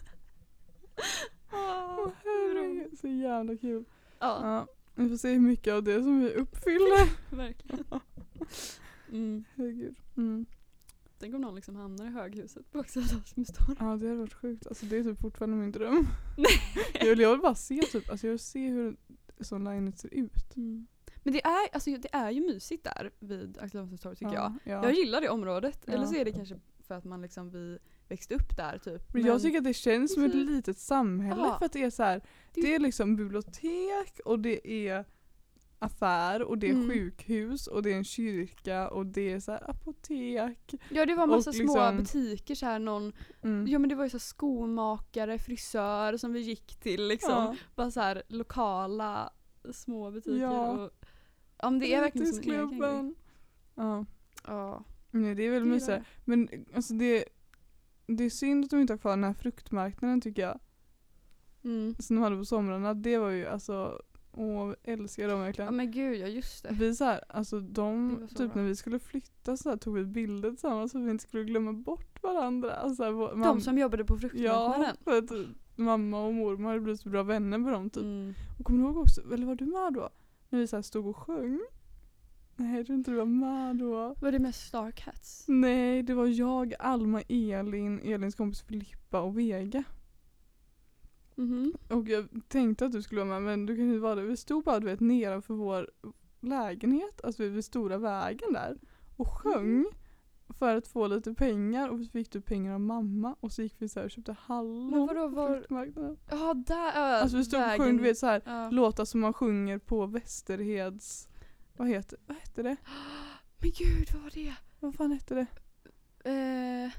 Åh, Åh, herregud, så jävla kul. ja, Ja, vi får se hur mycket av det som vi uppfyller. verkligen. Mm. Herregud. Mm. Tänk om någon liksom hamnar i höghuset på Axel Döshus torg. Ja det hade varit sjukt. Alltså det är typ fortfarande min dröm. Nej. Jag vill, jag vill bara se typ, alltså jag vill se hur en sån lägenhet ser ut. Mm. Men det är, alltså, det är ju mysigt där vid Axel Döshus torg tycker jag. Ja. Jag gillar det området. Ja. Eller så är det kanske för att man liksom vi växte upp där typ. Men jag tycker att det känns som ett Precis. litet samhälle Ja. för att det är så här, Det- det är liksom bibliotek och det är affär och det är Mm. sjukhus och det är en kyrka och det är så här apotek. Ja det var massa och små liksom- butiker så här någon, Mm. ja men det var ju så här skomakare, frisör som vi gick till liksom. Ja. Bara så här lokala små butiker Ja. och ja men det är verkligen som en egen grej. Fritidsklubben. Ja. Ja. Nej det är väl Det är mysigt. det. Men alltså det, det är synd att de inte har kvar den här fruktmarknaden tycker jag. Mm. Som de hade på somrarna. Det var ju alltså, åh jag älskar dem Ja verkligen. men gud ja just det. Vi så här, alltså Det de, var så typ bra. när vi skulle flytta så här, tog vi bilder tillsammans så att vi inte skulle glömma bort varandra. Alltså, här, vår, De mam- som jobbade på Ja, fruktmarknaden. för att mamma och mormor hade blivit så bra vänner med dem typ. Mm. Och kommer du ihåg också, eller var du med då? När vi så här stod och sjöng? Nej, jag tror inte du var med då. Var det med Star Cats? Nej, det var jag, Alma, Elin, Elins kompis Filippa och Vega. Mhm. Och jag tänkte att du skulle vara med, men du kan ju vara det. Vi stod bara du vet, nedanför vår lägenhet, alltså vid stora vägen där, och sjöng för att få lite pengar. Och vi fick du pengar av mamma och så gick vi så här och köpte hallon Men vadå, på var- fruktmarknaden. Ja där, äh, Alltså vi stod och vägen. sjöng, du vet så här Ja. låtar som man sjunger på Västerheds, vad heter, vad heter det? Men gud vad var det? Vad fan hette det? Eh,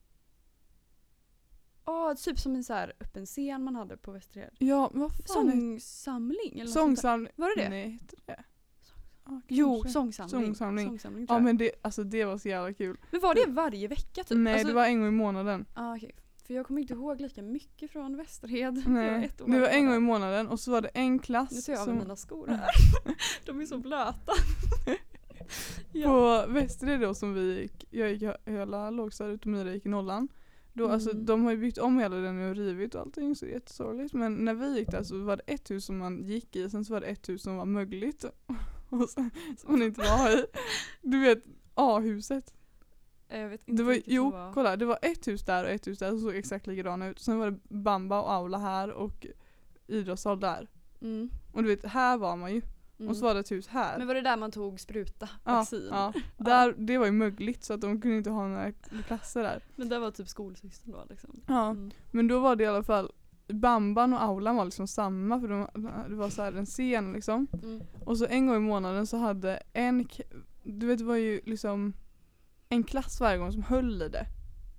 Ja, typ som en så här öppen scen man hade på Västerhed. Ja, men vad fan hette Sångsamling eller något sånt där. Sångsamling? Var det det? Nej, hette det? Ja, Jo, kanske. sångsamling. Sångsamling. sångsamling tror Ja jag. men det, alltså det var så jävla kul. Men var det varje vecka typ? Nej Alltså, det var en gång i månaden. ah, okej. För jag kommer inte ihåg lika mycket från Västerhed. Jag Nej, ett år det var en där. gång i månaden och så var det en klass Nu tar jag av som, mig mina skor här. De är så blöta. Ja. på Västerhed då som vi gick, jag gick i hela lågstadiet och Mira gick i nollan. Då, Mm. alltså, de har ju byggt om hela den och rivit och allting så det är jättesorgligt. Men när vi gick där så var det ett hus som man gick i, sen så var det ett hus som var mögligt. Och sen, som man inte var i. Du vet A-huset. Jag vet inte Det var, riktigt jo, vad var. kolla, det var ett hus där och ett hus där som såg exakt likadana ut. Sen var det bamba och aula här och idrottssal där. Mm. Och du vet, här var man ju. Mm. Och så var det ett hus här. Men var det där man tog spruta? ja, Vaccin? ja. Där, det var ju mögligt så att de kunde inte ha några klasser där. Men det var typ skolsystern då liksom. Ja, Mm. men då var det i alla fall Bamban och aulan var liksom samma för de, det var så här en scen liksom. Mm. Och så en gång i månaden så hade en, du vet det var ju liksom en klass varje gång som höll i det.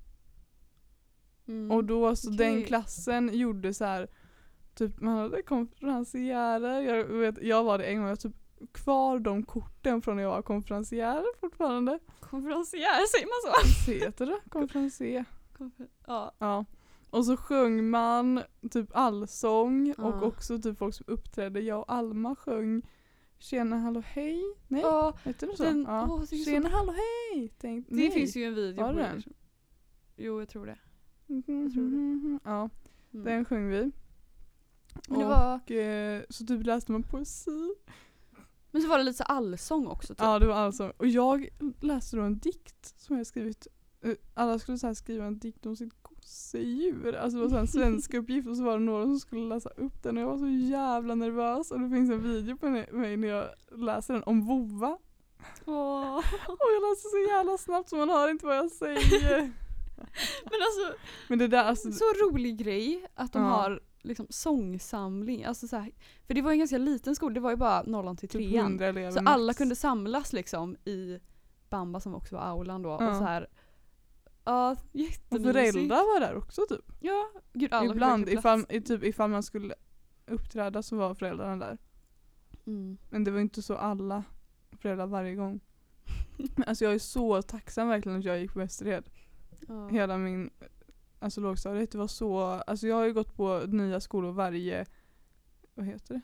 Mm. Och då så Okej. den klassen gjorde så här typ man hade konferenciärer. Jag vet jag var det en gång jag typ kvar de korten från när jag var konferencier fortfarande. Konferencier, säger man så? Heter det? Konferencier. Konfer- ja. Ja. Och så sjöng man typ allsång Ja. och också typ folk som uppträdde. Jag och Alma sjöng Tjena hallå hej. Nej, Ja, heter det så? den- ja. åh, det är så- Tjena hallå hej. Tänk, det nej. finns ju en video Var på det det. den? Jo, jag tror det. Mhm, tror det. mhm, ja, Mm. den sjöng vi. Men det och var, eh, så typ läste man poesi. men så var det lite så allsång också typ. Ja, det var alltså. Och jag läste då en dikt som jag skrivit. Eh, Alla skulle så här skriva en dikt om sitt gosedjur. Alltså det var så här en svensk uppgift och så var det några som skulle läsa upp den och jag var så jävla nervös. Och det finns en video på mig när jag läser den om vova. Åh. Och jag läser så jävla snabbt så man hör inte vad jag säger. Men alltså, Men det där alltså. så rolig grej att de Ja. har liksom sångsamling. Alltså så här, för det var en ganska liten skola, det var ju bara nollan till Typ trean. hundra elever Så max. alla kunde samlas liksom i Bamba som också var aulan då. Ja. Och så här, ja, Och jättemysigt. föräldrar var där också typ. Ja, gud alla fick Ibland verkligen ifall, plats. i, typ, ifall man skulle uppträda så var föräldrarna där. Mm. Men det var inte så alla föräldrar varje gång. Men alltså jag är så tacksam verkligen att jag gick på Västered. Ja. Hela min alltså lågstadiet, det var så, alltså jag har ju gått på nya skolor varje, vad heter det?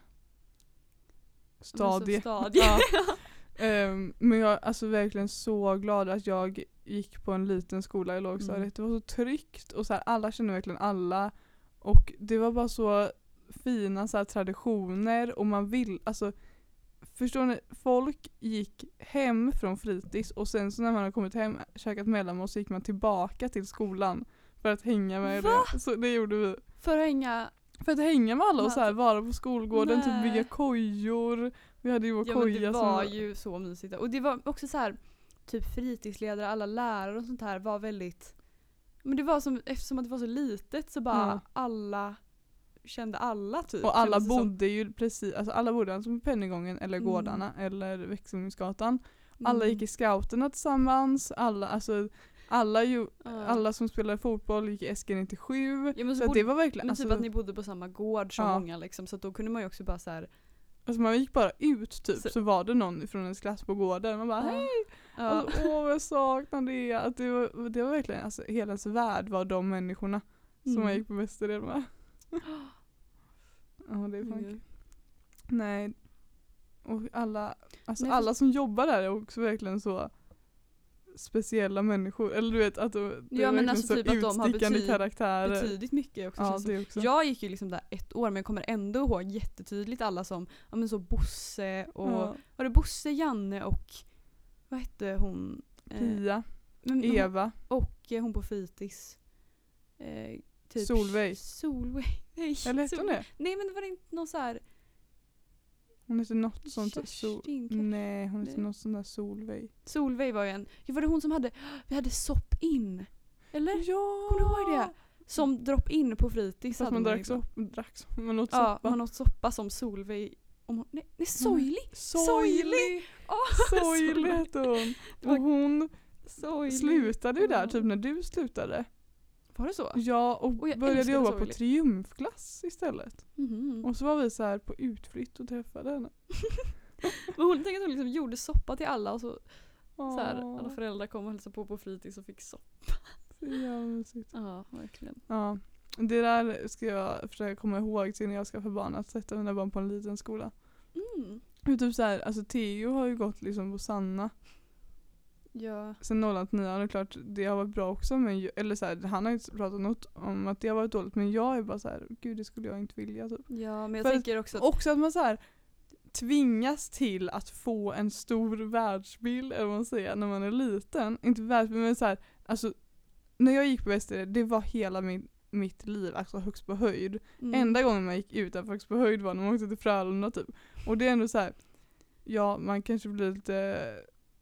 Stadie. Men så stadie. Ja. Ehm, men jag är alltså verkligen så glad att jag gick på en liten skola i lågstadiet. Mm. Det var så tryggt och så här, alla kände verkligen alla. Och det var bara så fina så här, traditioner och man vill, alltså förstår ni, folk gick hem från fritids och sen så när man har kommit hem, käkat mellanmål så gick man tillbaka till skolan för att hänga med Va? det. Så det gjorde vi. För att hänga. För att hänga med alla och Men så här, vara på skolgården, Nej. typ bygga kojor. Vi hade ju vår Ja, men koja det som var ju så mysigt. Och det var också så här, typ fritidsledare, alla lärare och sånt här var väldigt, men det var som, eftersom att det var så litet så bara Ja. alla kände alla typ. Och alla kändes det som. bodde ju precis, alltså alla bodde alltså på Pennygången eller Mm. Gårdarna eller Växelgångsgatan. Alla Mm. gick i scouterna tillsammans, alla, alltså alla, ju, Ja. alla som spelade fotboll gick i S G nittiosju. Ja, men så så att bodde- det var verkligen, Men alltså, typ att ni bodde på samma gård som Ja. många liksom, så att då kunde man ju också bara så här. alltså man gick bara ut typ, så, Så- var det någon från ens klass på gården. Man bara hej! Ja. Alltså, åh vad jag saknar det. Att det, var, det var verkligen, alltså hela ens värld var de människorna som Mm. man gick på Västered med. Ja, det är fan Mm. Nej. Och alla, alltså Nej, för- alla som jobbar där är också verkligen så speciella människor. Eller du vet att de, det är Ja, men verkligen alltså så typ att de har utstickande betyd- karaktärer. Betydligt mycket också. Ja, känns som. det också. Jag gick ju liksom där ett år men jag kommer ändå ihåg jättetydligt alla som, ja men så Bosse och, Ja. var det Bosse, Janne och vad hette hon? Eh, Pia, men hon- Eva, Och eh, hon på fritids. Eh, typ Solveig. Solveig. Nej, Eller hette hon Sol- det? Nej men det var inte någon så här. Hon hette något sånt. Sol, Kerstin, kanske? nej, hon hette Nej. något sånt där Solveig. Solveig var ju en. Ja, var det hon som hade, vi hade sopp in? Eller? Ja! Kommer du ihåg det? Som dropp in på fritids. Fast hade man ju drack bara. soppa. Drack soppa. Man åt Ja, soppa. man åt soppa som Solveig. Om hon, nej, nej, Soili. Soili! Åh, Soili hette hon. Det var- Och hon Soili. slutade ju där Ja. typ när du slutade. Var det så? Ja, och Och jag började älskade jobba på Soili. triumfklass istället. Mhm. Och så var vi så här på utflytt och träffade henne. Men hon tänkte att hon liksom gjorde soppa till alla och så, så här, Åh, alla föräldrar kom och hälsade på på fritids och fick soppa. så jävla mysigt. Ja, verkligen. Ja, det där ska jag försöka komma ihåg till när jag ska få barn, att sätta mina barn på en liten skola. Mm. Och typ så här, alltså Theo har ju gått liksom på Sanna Ja. sen nollan till nian, och det är klart det har varit bra också, men ju- eller så här, han har inte pratat något om att det har varit dåligt, men jag är bara så här, gud det skulle jag inte vilja typ. Ja, men jag För- tänker också att, Också att man så här tvingas till att få en stor världsbild, eller vad man säger, när man är liten. Inte världsbild, men så här, alltså när jag gick på Västerås, det var hela min mitt liv, alltså högst på höjd. Mm. Enda gången man gick utanför högst på höjd var när man åkte till Frölunda typ. Och det är ändå så här, ja man kanske blir lite,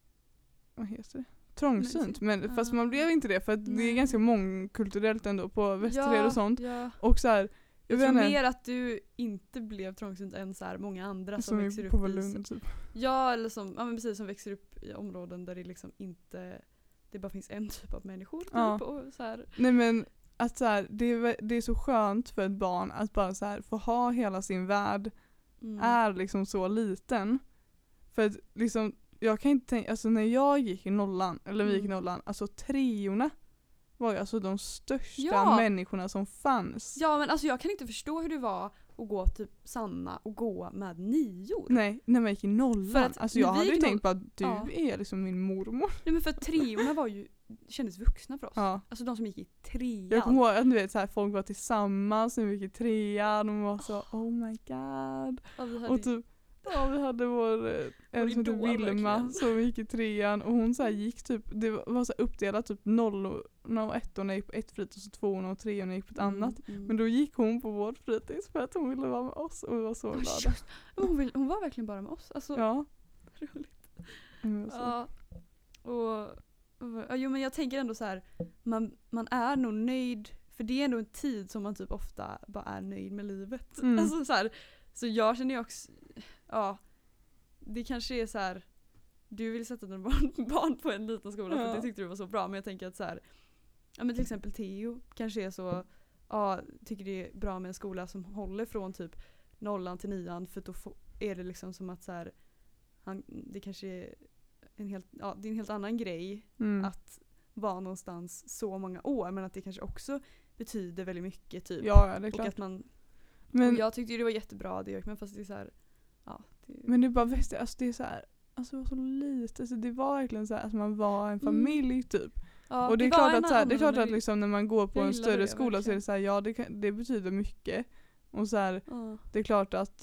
vad heter det? Trångsynt, men Ah. fast man blev inte det för att det är Nej. ganska mångkulturellt ändå på Västerhed och sånt. Ja. Och så här, Jag, jag tror vet inte, mer att du inte blev trångsynt än så här många andra som, som växer är upp på i Vallund typ. Ja, eller som, ja men precis, som växer upp i områden där det liksom inte, det bara finns en typ av människor typ, Ja. och så här. Nej men att så här, det, är, det är så skönt för ett barn att bara så här, få ha hela sin värld Mm. är liksom så liten. För att liksom, jag kan inte tänka, alltså när jag gick i nollan, eller vi gick i Mm. nollan, alltså treorna var ju alltså de största Ja. människorna som fanns. Ja men alltså jag kan inte förstå hur det var att gå typ Sanna och gå med nior. Nej, när man gick i nollan. För att Alltså jag när vi hade ju gick i tänkt på att du Ja. är liksom min mormor. Nej men för treorna var ju, kändes vuxna för oss. Ja. Alltså de som gick i trean. Jag kommer ihåg att du vet, så här, folk var tillsammans när vi gick i trean och man var så oh my god. Ja, vi hade Och typ, ja vi hade vår, eh, en som hette idol, Vilma verkligen. som gick i trean och hon så här gick typ, det var var så här uppdelat typ noll och ettorna gick på ett fritids och tvåorna och treorna gick på ett annat. Mm, mm. Men då gick hon på vårt fritids för att hon ville vara med oss och vi var så Oh, glada. shit. hon, vill, hon var verkligen bara med oss. Alltså, Ja. roligt. Mm, och så. Ja. Och, och, ja, jo men jag tänker ändå så här, man, man är nog nöjd, för det är ändå en tid som man typ ofta bara är nöjd med livet. Mm. Alltså så här, så jag känner ju också, ja, det kanske är så här, du vill sätta dina barn, barn på en liten skola för Ja. att det tyckte du var så bra, men jag tänker att så här, ja men till exempel Theo kanske är så, ja, tycker det är bra med en skola som håller från typ nollan till nian, för då få, är det liksom som att så här, han, det kanske är en helt, ja, det är en helt annan grej Mm. att vara någonstans så många år, men att det kanske också betyder väldigt mycket typ. Ja, ja, det är och klart. att man, Men, och jag tyckte ju det var jättebra det, men fast det är så här, ja. Det, men det är bara väst, alltså det är så här, alltså det var så lite, alltså det var verkligen så här att man var en familj typ. ja, Och det är var klart en att, så här, det är annan klart att nöjd. liksom när man går på Jag en gillade större det, skola så är verkligen. det så här, ja det, kan, det betyder mycket. Och så här, Ja. det är klart att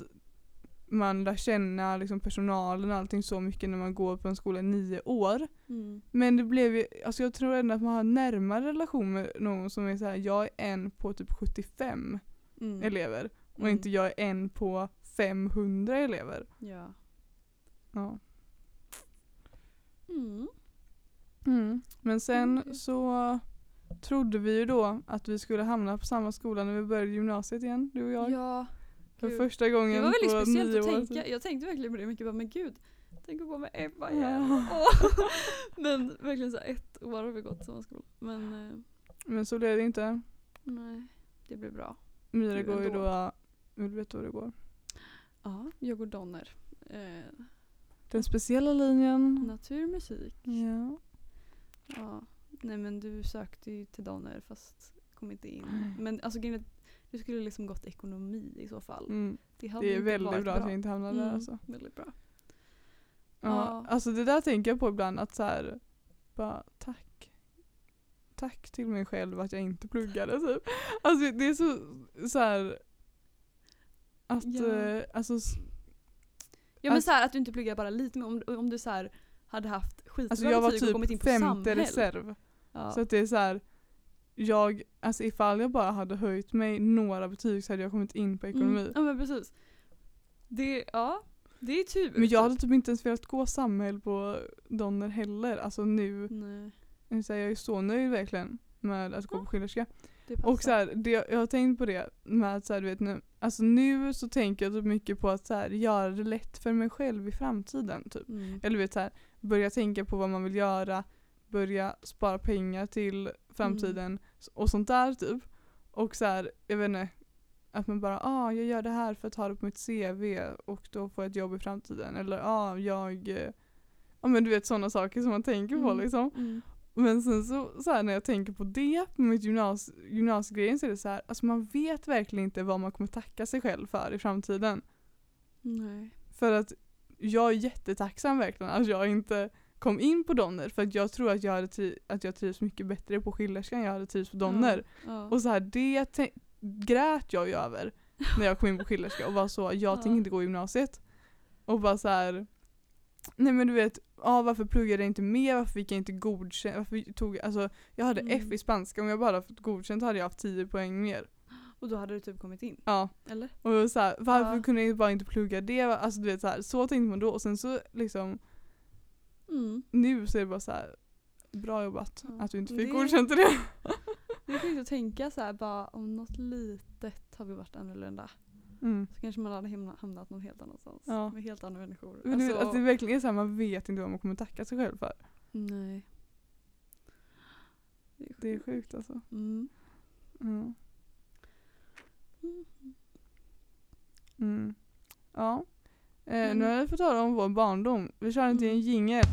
man lär känna liksom personalen och allting så mycket när man går på en skola i nio år. Mm. Men det blev ju, alltså jag tror ändå att man har en närmare relation med någon som är så här, jag är en på typ sjuttiofem Mm. elever och Mm. inte jag är en på femhundra elever. Ja. Ja. Mm. Mm. Men sen Mm. så trodde vi ju då att vi skulle hamna på samma skola när vi började gymnasiet igen, du och jag. Ja. För Gud. första gången Det var väldigt på speciellt nio att år. tänka. Jag tänkte verkligen på det mycket, bara, men gud, tänk att gå med Ebba Ja. igen. Åh. Men verkligen så här, ett år har vi gått samma skola. Men eh, Men så blev det inte. nej, det blir bra. Mira Nu går ju ändå. då, vill du veta vad det går? Ja, jag går Donner. Eh, Den speciella linjen. naturmusik. Ja. Ja. Nej men du sökte ju till Donner fast kom inte in. Nej. Men alltså grejen är att du skulle liksom gått ekonomi i så fall. Mm. Det, hade Det är inte väldigt varit bra att jag inte hamnade där Mm, alltså. Väldigt bra. Ja, Ja. alltså det där tänker jag på ibland att så här, bara tack. Tack till mig själv att jag inte pluggade typ. Alltså det är så, så här att Ja. eh, alltså, s- Ja men Alltså- så här att du inte pluggar bara lite, men om, om du så här hade haft skitbra alltså jag var betyg och kommit in typ på femte samhäll. reserv. Ja. Så att det är så här, jag, alltså ifall jag bara hade höjt mig några betyg så hade jag kommit in på ekonomi. Mm, ja men precis. Det, ja, det är tur. Men jag hade typ inte ens velat gå samhäll på Donner heller. Alltså nu, Nej, nu säger jag är så nöjd verkligen med att gå Ja. på Schillerska. det passar. Och så här, det, jag har tänkt på det med att så här, du vet, nu, alltså nu så tänker jag typ mycket på att så här, göra det lätt för mig själv i framtiden typ. Mm. Eller du vet så här, börja tänka på vad man vill göra, börja spara pengar till framtiden Mm. och sånt där typ. Och så här, jag vet inte, att man bara, ah, jag gör det här för att ha det på mitt C V och då får jag ett jobb i framtiden. Eller ah, jag, eh, ja men du vet sådana saker som man tänker på Mm. liksom. Mm. Men sen så, så här, när jag tänker på det, på mitt gymnas, gymnasiegrejen så är det så här, alltså man vet verkligen inte vad man kommer tacka sig själv för i framtiden. Nej. För att jag är jättetacksam verkligen att jag inte kom in på Donner, för att jag tror att jag, hade tri- att jag trivs mycket bättre på Schillerskan än jag hade trivs på Donner. Ja. Ja. Och så här, det te- grät jag ju över när jag kom in på Schillerska och var så, jag Ja. tänker inte gå i gymnasiet. Och bara så här, nej men du vet, ah, varför pluggade jag inte mer, varför fick jag inte godkänt, varför tog alltså jag hade Mm. F i spanska, om jag bara hade fått godkänt hade jag haft tio poäng mer. Och då hade du typ kommit in. Ja. Eller? Och så här, varför Ja. kunde jag bara inte plugga det? Alltså du vet så här, så tänkte man då och sen så liksom Mm. nu så är det bara så här bra jobbat Ja. att du inte fick Det- godkänt i det. Det är sjukt att tänka så här, bara om något litet har vi varit annorlunda. Mm. Så kanske man hade hamnat, hamnat någon helt annanstans. Ja. Med helt andra människor. Men du vet, Alltså, att det verkligen är så här, man vet inte vad man kommer tacka sig själv för. nej. Det är sjukt. Det är sjukt alltså. Mm. Mm. Mm. Ja. Eh, Men- nu har vi fått höra om vår barndom. Vi kör inte Mm. en jingel.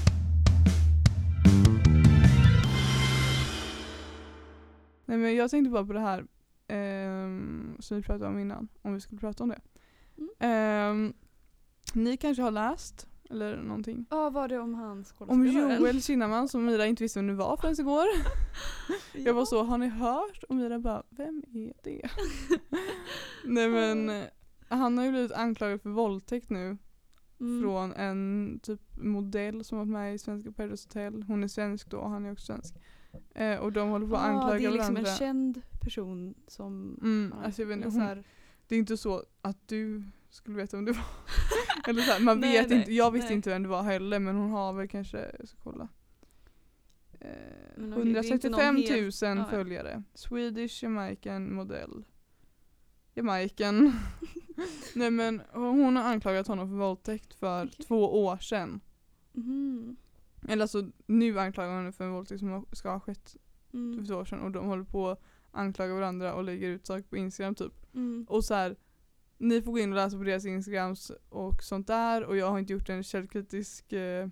Nej men jag tänkte bara på det här ehm, som vi pratade om innan. Om vi skulle prata om det. Mm. Ehm, ni kanske har läst eller någonting. Ja, var det om han Om skådespelaren? Joel Kinnaman som Mira inte visste vem det var förrän igår. Jag var så, har ni hört? Och Mira bara, vem är det? Nej men eh, han har ju blivit anklagad för våldtäkt nu. Mm. Från en typ modell som har varit med i Svenska Paradise Hotel. Hon är svensk då och han är också svensk. Eh, och de håller på att Ah, anklaga det är liksom varandra. en känd person som... Mm, ja, alltså jag vet inte, eller hon, så här- det är inte så att du skulle veta om det var. Eller så här, man Nej, vet nej, inte, jag visste nej. inte vem det var heller men hon har väl kanske, jag ska kolla. Eh, Men okej, det är inte någon hundratrettiofem helt- tusen ja, ja. följare. Swedish Jamaican modell. Jamaican. Nej men hon har anklagat honom för våldtäkt för Okej. två år sedan. Mhm. Eller alltså nu anklagar hon henne för en våldtäkt som har- ska ha skett Mm. för två år sedan. Och de håller på att anklaga varandra och lägger ut saker på Instagram typ. Mm. Och så här, ni får gå in och läsa på deras Instagrams och sånt där. Och jag har inte gjort en källkritisk eh,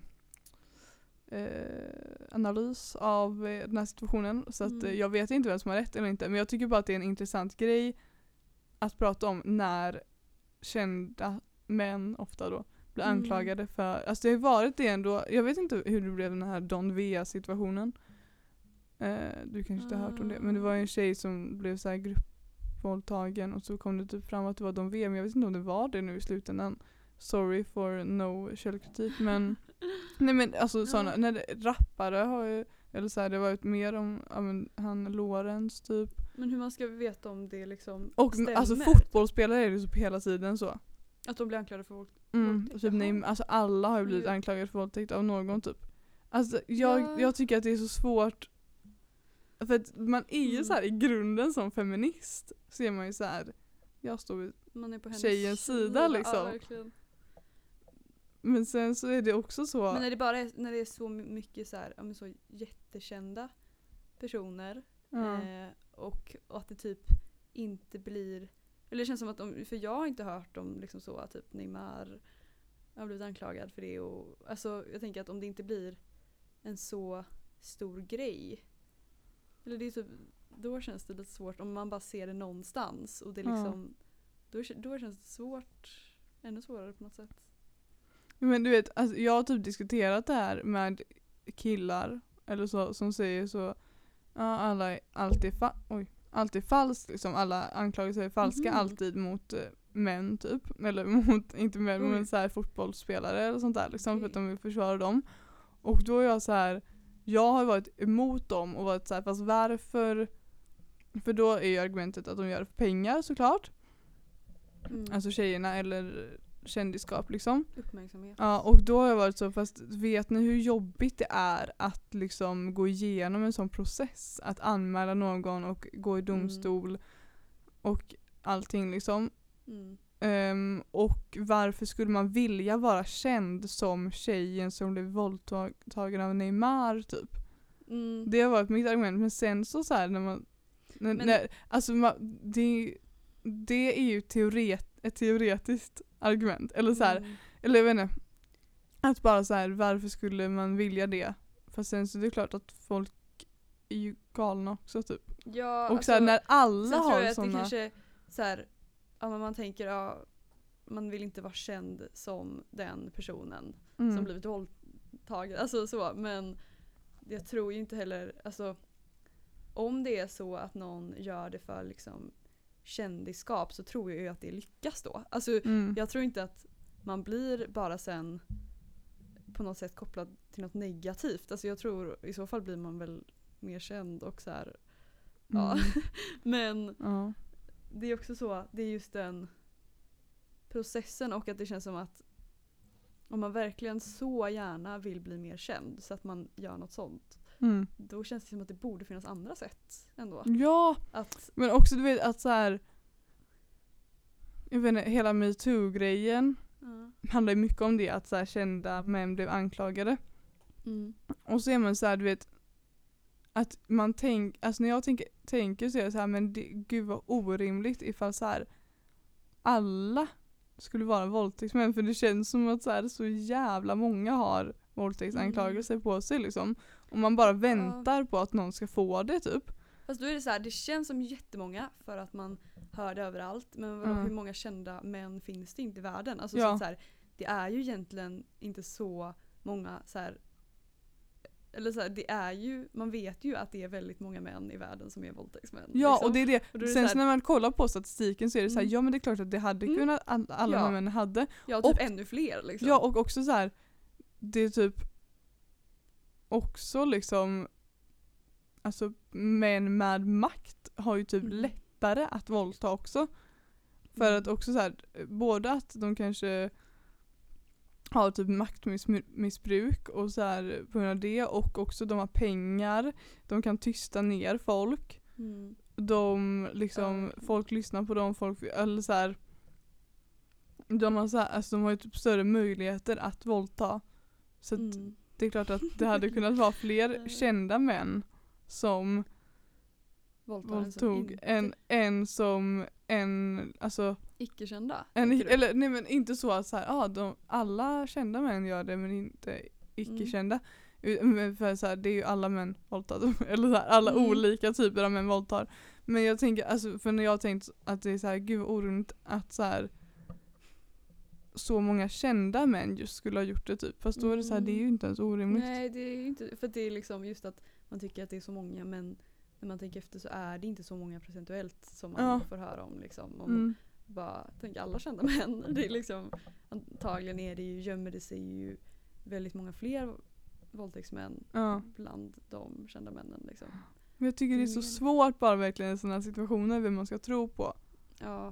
eh, analys av eh, den här situationen. Så att, eh, Mm. jag vet inte vem som har rätt eller inte. Men jag tycker bara att det är en intressant grej att prata om när kända män ofta då blir Mm. anklagade för, alltså det har ju varit det ändå, jag vet inte hur det blev den här Don Vea situationen. Eh, du kanske inte har hört om det, men det var ju en tjej som blev så här gruppvåldtagen och så kom det typ fram att det var Don Vea, men jag vet inte om det var det nu i slutändan. Sorry for no källkritik, men nej men alltså såna, när det, rappare har ju, eller så här, det har varit mer om ja, men, han Lorentz typ. Men hur man ska veta om det liksom Och stämmer? alltså fotbollsspelare är det så hela tiden så. Att de blir anklagade för våld. Mm, Våldtäkt, typ, jaha. nej, alltså alla har ju blivit Men- anklagade för våldtäkt av någon typ. Alltså jag, Ja. jag tycker att det är så svårt. För att man är ju Mm. så här i grunden som feminist. Så är man ju så här. Jag står vid, Man är på hennes Tjejens sida, liksom. Ja, verkligen. men sen så är det också så. Men när det bara är, när det är så mycket så här, ja, men så jättekända personer ja. eh, och, och att det typ inte blir, eller det känns som att de, för jag har inte hört om liksom så att typ Neymar har blivit anklagad för det och alltså jag tänker att om det inte blir en så stor grej, eller det är typ, då känns det lite svårt om man bara ser det någonstans och det Ja. liksom då, då känns det svårt, ännu svårare på något sätt. Men du vet, alltså, jag har typ diskuterat det här med killar eller så som säger så. Ja, alla är alltid fa- oj, alltid falskt liksom. Alla anklagelser är falska Mhm. alltid mot eh, män typ. Eller mot, inte män, Oj. men så här fotbollsspelare eller sånt där liksom, för Okej. att de vill försvara dem. Och då är jag så här, jag har varit emot dem och varit så här, fast varför? För då är ju argumentet att de gör det för pengar såklart. Mm. Alltså tjejerna eller kändisskap liksom. Uppmärksamhet. Ja, och då har jag varit så, fast vet ni hur jobbigt det är att liksom gå igenom en sån process? Att anmäla någon och gå i domstol och allting liksom. Mm. Ehm, och varför skulle man vilja vara känd som tjejen som blev våldtagen av Neymar typ? Mm. Det har varit mitt argument, men sen så, så här när man när, Men- när, alltså man, det, det är ju teoret, ett teoretiskt argument eller så här. Mm. Eller jag vet inte. Att bara så här, varför skulle man vilja det? Fast sen så är det klart att folk är ju galna också typ. Ja, Och så här, alltså, när alla sen tror har jag att det såna. kanske så här, ja, men man tänker ja, man vill inte vara känd som den personen Mm. som blivit våldtagen. Alltså så, men jag tror ju inte heller, alltså om det är så att någon gör det för liksom kändisskap så tror jag ju att det lyckas då. Alltså Mm. jag tror inte att man blir bara sen på något sätt kopplad till något negativt. Alltså jag tror i så fall blir man väl mer känd och så här. Ja. Mm. Men Ja. det är också så, det är just den processen och att det känns som att om man verkligen så gärna vill bli mer känd så att man gör något sånt, Mm. då känns det som att det borde finnas andra sätt ändå. Ja, Att, men också du vet att så här, jag vet inte, hela MeToo-grejen ja. handlar ju mycket om det, att så här, kända män blev anklagade. Mm. Och så är man så här, du vet, att man tänk, alltså när jag tänker, tänker så är det så här, men det, gud vad orimligt ifall så här alla skulle vara våldtäktsmän, för det känns som att så här, så jävla många har våldtäktsanklagelser Mm. på sig liksom. Och man bara väntar på att någon ska få det typ. Fast då är det så här, det känns som jättemånga för att man hör det överallt. Men vadå, Mm. hur många kända män finns det inte i världen? Alltså Ja. så att så här, det är ju egentligen inte så många så här, eller så här, det är ju, man vet ju att det är väldigt många män i världen som är våldtäktsmän. Ja, liksom. och det är det. Och då är det Sen så här- när man kollar på statistiken så är det så här, Mm. ja men det är klart att det hade Mm. kunnat, all, alla Ja. de män hade. Ja, typ och- ännu fler liksom. Ja, och också så här, det är typ också liksom, alltså män med makt har ju typ Mm. lättare att våldta också. För Mm. att också så här, både att de kanske har typ maktmissbruk och så här på grund av det, och också de har pengar, de kan tysta ner folk. Mm. De liksom, Ja. folk lyssnar på dem, folk, eller så här, de har så här, alltså de har ju typ större möjligheter att våldta. Så att Mm. det är klart att det hade kunnat vara fler Ja. kända män som Våldtar en som våldtog inte- en, en som en, alltså icke-kända. en, tänker du? eller nej men inte så att så här, ah, de, alla kända män gör det men inte icke-kända. U- men För så här, det är ju alla män våldtar, eller så här, alla Mm. olika typer av män våldtar. Men jag tänker, alltså för när jag har tänkt att det är så här, gud vad orimligt att så här så många kända män just skulle ha gjort det typ. Fast då är det så här, det är ju inte ens orimligt. Nej, det är ju inte, för det är liksom just att man tycker att det är så många, men när man tänker efter så är det inte så många procentuellt som man Ja. får höra om liksom. Om Mm. bara tänker alla kända män. Det är liksom, antagligen är det ju, gömmer det sig ju väldigt många fler våldtäktsmän Ja. bland de kända männen liksom. Men jag tycker det är så svårt bara verkligen i sådana här situationer vem man ska tro på. Ja.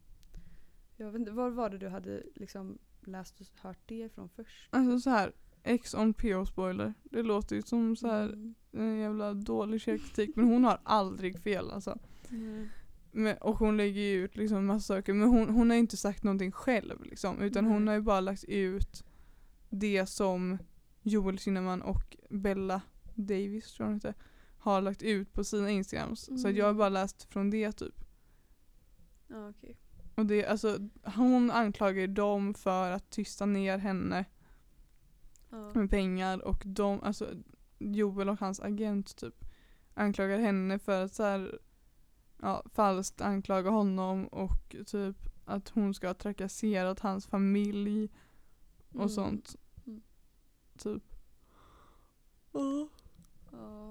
Jag vet inte, var var det du hade liksom läst och hört det ifrån först? Alltså så här, X on P O-spoiler. Det låter ju som så här Mm. en jävla dålig källkritik, men hon har aldrig fel alltså. Mm. Men, och hon lägger ju ut liksom massa saker, men hon, hon har inte sagt någonting själv liksom, utan hon Nej. har ju bara lagt ut det som Joel Kinnaman och Bella Davis tror jag hon heter, har lagt ut på sina Instagrams. Så att jag har Mm. bara läst från det typ. Ja, okej. Och det, alltså, hon anklagar ju dem för att tysta ner henne Ja. med pengar, och de, alltså Joel och hans agent typ anklagar henne för att så här, ja, falskt anklaga honom, och typ att hon ska ha trakasserat hans familj och Mm. sånt. Mm. Typ. Ja. Ja.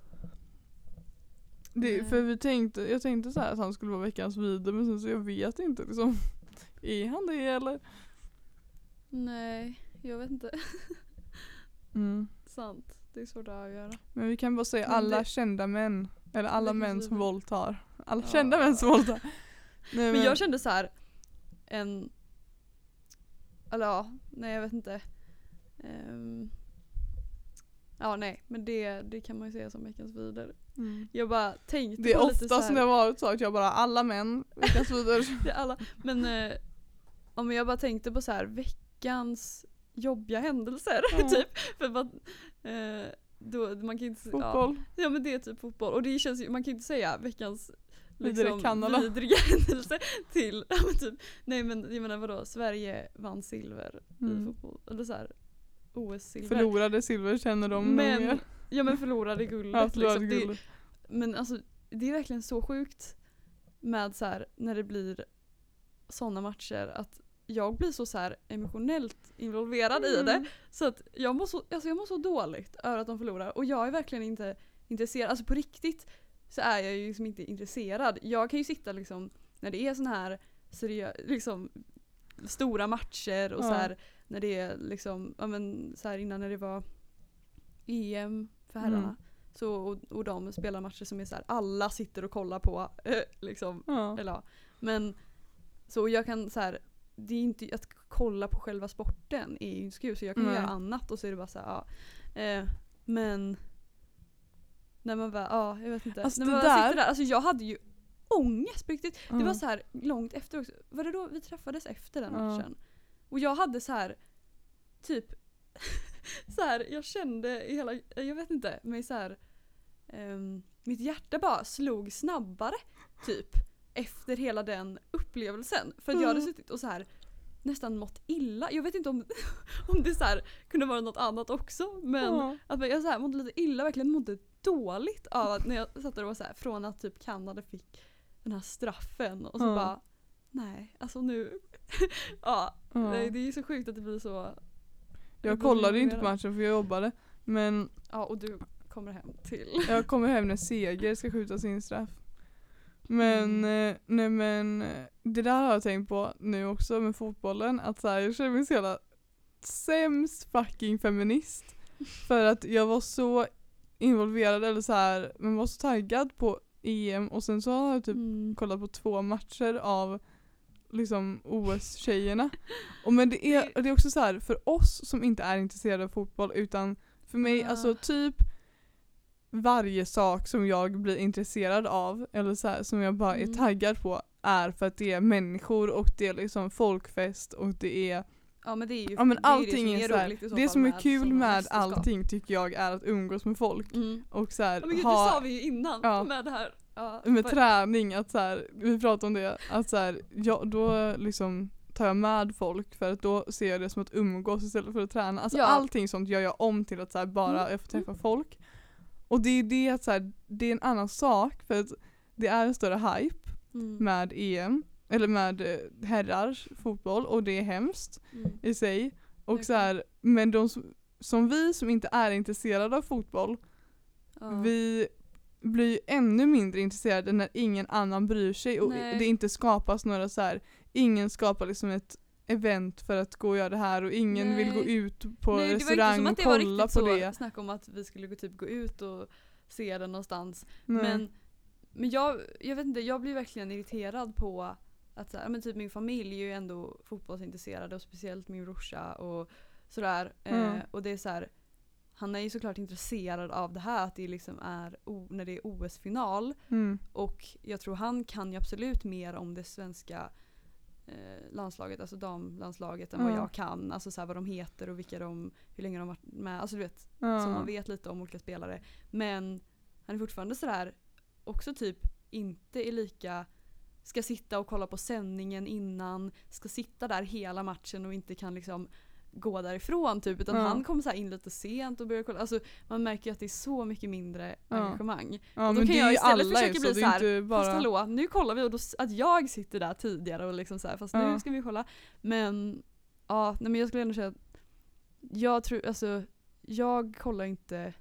Det, Nej. för vi tänkte, jag tänkte så här att han skulle vara veckans video, men sen så jag vet inte liksom. Är han det eller? Nej, jag vet inte. Mm. Sant. Det är svårt att avgöra. Men vi kan bara säga Men alla det- kända män. Eller alla Veckans män som video. våldtar. Alla Ja. kända män som våldtar. Nej, Men jag kände så här en, eller ja, nej jag vet inte. Ehm, ja nej, men det, det kan man ju säga som veckans vidare. mm. Jag bara tänkte Det är på lite så ofta här, som det har varit så att jag bara alla män veckans vidare. det är alla, men eh, om jag bara tänkte på så här veckans jobbiga händelser Ja. typ, för man, eh, då, man kan inte, ja, Fotboll. ja men det är typ fotboll, och det känns ju, man kan inte säga veckans Vidare liksom, Kanada. vidriga händelser till, ja men typ, nej men jag menar vadå, Sverige vann silver i Mm. fotboll, eller så här O S-silver. Förlorade silver känner de nog men, mer. ja men förlorade guldet Ja, förlorade liksom. guld. Det, men alltså det är verkligen så sjukt med så här när det blir såna matcher att jag blir så, så här emotionellt involverad i det. Mm. Så att jag mår så, alltså jag mår så dåligt över att de förlorar. Och jag är verkligen inte intresserad. Alltså på riktigt så är jag ju liksom inte intresserad. Jag kan ju sitta liksom när det är såna här seriö- liksom stora matcher och Ja. så här när det är liksom, ja men så här innan när det var E M för herrarna. Mm. Så, och, och de spelar matcher som är så här, alla sitter och kollar på äh, liksom, Ja. eller ja. Men så jag kan så här, det är inte att kolla på själva sporten är ju inte så kul, så jag kan Nej. göra annat och så är det bara så här, ja. Eh, men när man bara, ja, jag vet inte. Alltså när det man där- sitter där, alltså jag hade ju ångest på riktigt. Det Ja. var så här långt efter också. Var det då vi träffades efter den Ja. matchen? Och jag hade så här typ så här, jag kände i hela, jag vet inte, mig så här um, mitt hjärta bara slog snabbare typ efter hela den upplevelsen, för att jag hade Mm. suttit och så här nästan mått illa. Jag vet inte om om det så här kunde vara något annat också, men Ja. att jag så här mådde lite illa, verkligen mådde dåligt av att när jag satt där och var så här, från att typ Kanada fick den här straffen och så Ja. bara nej, alltså nu ja, Ja. det, det är så sjukt att det blir så. Jag kollade ju inte på matchen för jag jobbade. Men Ja, och du kommer hem till. jag kommer hem när Seger ska skjuta sin straff. Men, Mm. eh, nej men eh, det där har jag tänkt på nu också med fotbollen. Att så här, jag känner mig så jävla sämst fucking feminist. För att jag var så involverad eller så här, men var så taggad på E M. Och sen så har jag typ Mm. kollat på två matcher av liksom O S-tjejerna. Och men det är, och det är också så här för oss som inte är intresserade av fotboll, utan för mig, Ah. alltså typ varje sak som jag blir intresserad av eller så här, som jag bara är Mm. taggad på, är för att det är människor och det är liksom folkfest och det är Ja, men det är ju ja men det är ju allting det är som så här, roligt i så det fall som är med kul sådana med mästerskap. allting tycker jag är att umgås med folk Mm. och så här, Ja, men gud, ha det sa vi ju innan Ja. med det här. Ja, med vad- träning, att så här, vi pratade om det, att så här, ja, då liksom tar jag med folk för att då ser jag det som att umgås istället för att träna. Alltså Ja. allting sånt gör jag om till att så här, bara Mm. jag får träffa folk. Och det är det att så här, det är en annan sak för att det är en större hype Mm. med E M eller med eh, herrars fotboll och det är hemskt Mm. i sig. Och Verkligen. så här, men de som, som vi som inte är intresserade av fotboll, Ja. vi blir ju ännu mindre intresserade när ingen annan bryr sig och Nej. det inte skapas några så här, ingen skapar liksom ett event för att gå och göra det här och ingen Nej. vill gå ut på Nej, det var inte restaurang som och att det var kolla riktigt på så det. snack om att vi skulle gå, typ gå ut och se den någonstans. Nej. Men, men jag, jag vet inte, jag blir verkligen irriterad på att så här, men typ min familj är ju ändå fotbollsintresserade och speciellt min brorsa och sådär. Mm. Eh, och det är så här, han är ju såklart intresserad av det här att det liksom är o- när det är O S-final. Mm. Och jag tror han kan ju absolut mer om det svenska eh, landslaget, alltså damlandslaget, än Ja. vad jag kan. Alltså så här, vad de heter och vilka de, hur länge de har varit med. Alltså du vet, Ja. så man vet lite om olika spelare. Men han är fortfarande sådär också typ inte är lika, ska sitta och kolla på sändningen innan, ska sitta där hela matchen och inte kan liksom gå därifrån typ, utan Ja. han kommer så här in lite sent och börjar kolla. Alltså man märker ju att det är så mycket mindre Ja. engagemang. Ja, Och då men kan det jag är ju istället alla försöka ju, bli så det så är här, inte bara... Fast hallå, nu kollar vi och då, s- att jag sitter där tidigare och liksom så här, fast Ja. nu ska vi kolla. Men ja, nej, men jag skulle ändå säga att jag tror, alltså jag kollar inte,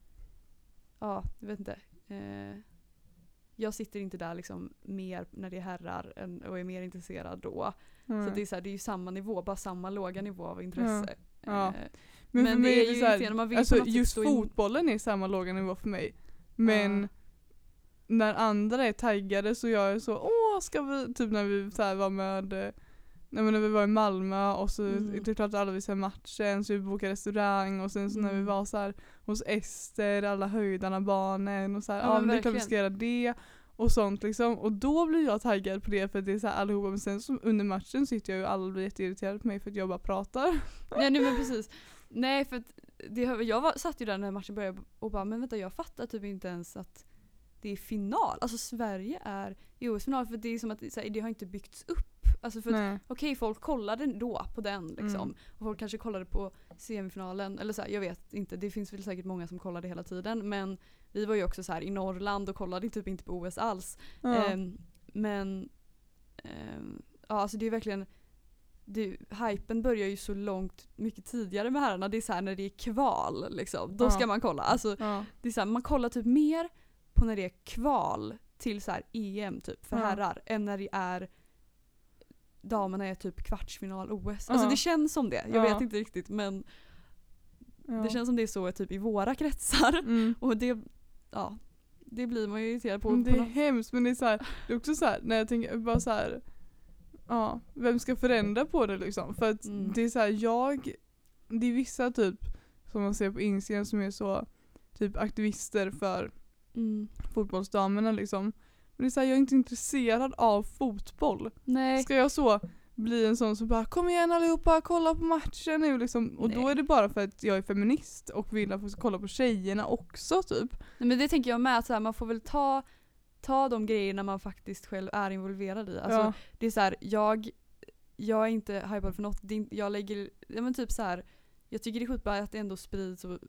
ja, jag vet inte. Eh, jag sitter inte där liksom mer när det är herrar än, och är mer intresserad då. Mm. Så det är, så här, det är ju samma nivå, bara samma låga nivå av intresse. Ja. Eh, Men, Men för mig det är är det ju så här, irriterande, man vill alltså på något sätt just stå in- fotbollen är samma låga nivå för mig. Men Ja. när andra är taggade så jag är så, åh ska vi, typ när vi så här var med, eh, nej, men när vi var i Malmö och så Mm. det är klart att alla vill se matchen så vi bokade restaurang och sen så när vi Mm. var så här hos Ester, alla höjdarna barnen och så här, Ja, ja, men men det är klart vi verkligen. ska göra det och sånt liksom. Och då blir jag taggad på det för att det är så här allihopa, men sen som under matchen sitter jag ju och alla blir jätteirriterade på mig för att jag bara pratar. Nej, nej men precis. Nej, för att det, jag var, satt ju där när matchen började och bara, men vänta, jag fattar typ inte ens att det är final. Alltså Sverige är i O S-final, för det är som att så här, det har inte byggts upp. Alltså för att, Nej. okej, folk kollade då på den liksom. Mm. Och folk kanske kollade på semifinalen, eller så här, jag vet inte, det finns väl säkert många som kollade hela tiden, men vi var ju också så här i Norrland och kollade typ inte på O S alls. Ja. Ehm, men ehm, ja, alltså det är verkligen det, hypen börjar ju så långt mycket tidigare med herrarna. Det är så här när det är kval liksom, då Ja. ska man kolla. Alltså Ja. det är så här, man kollar typ mer på när det är kval till så här E M typ för Ja. herrar än när det är damerna är typ kvartsfinal O S. Alltså Ja. det känns som det. Jag Ja. vet inte riktigt men Ja. det känns som det är så typ i våra kretsar. Mm. Och det, ja, det blir man ju irriterad på. Men det på är något- hemskt, men det är så här, det är också så här när jag tänker bara så här, ja, vem ska förändra på det liksom? För att Mm. det är så här, jag, det är vissa typ som man ser på Instagram som är så typ aktivister för Mm. fotbollsdamerna liksom. Men det är så här, jag är inte intresserad av fotboll. Nej. Ska jag så bli en sån som bara kom igen allihopa, kolla på matchen nu liksom. Och då Nej. är det bara för att jag är feminist och vill att få kolla på tjejerna också typ. Nej men det tänker jag med, att så här, man får väl ta, ta de grejerna man faktiskt själv är involverad i. Alltså, Ja. det är så här, jag, jag är inte hypad för något. Det är inte- Jag lägger, ja men typ så här, jag tycker det är skitbra att det ändå sprids och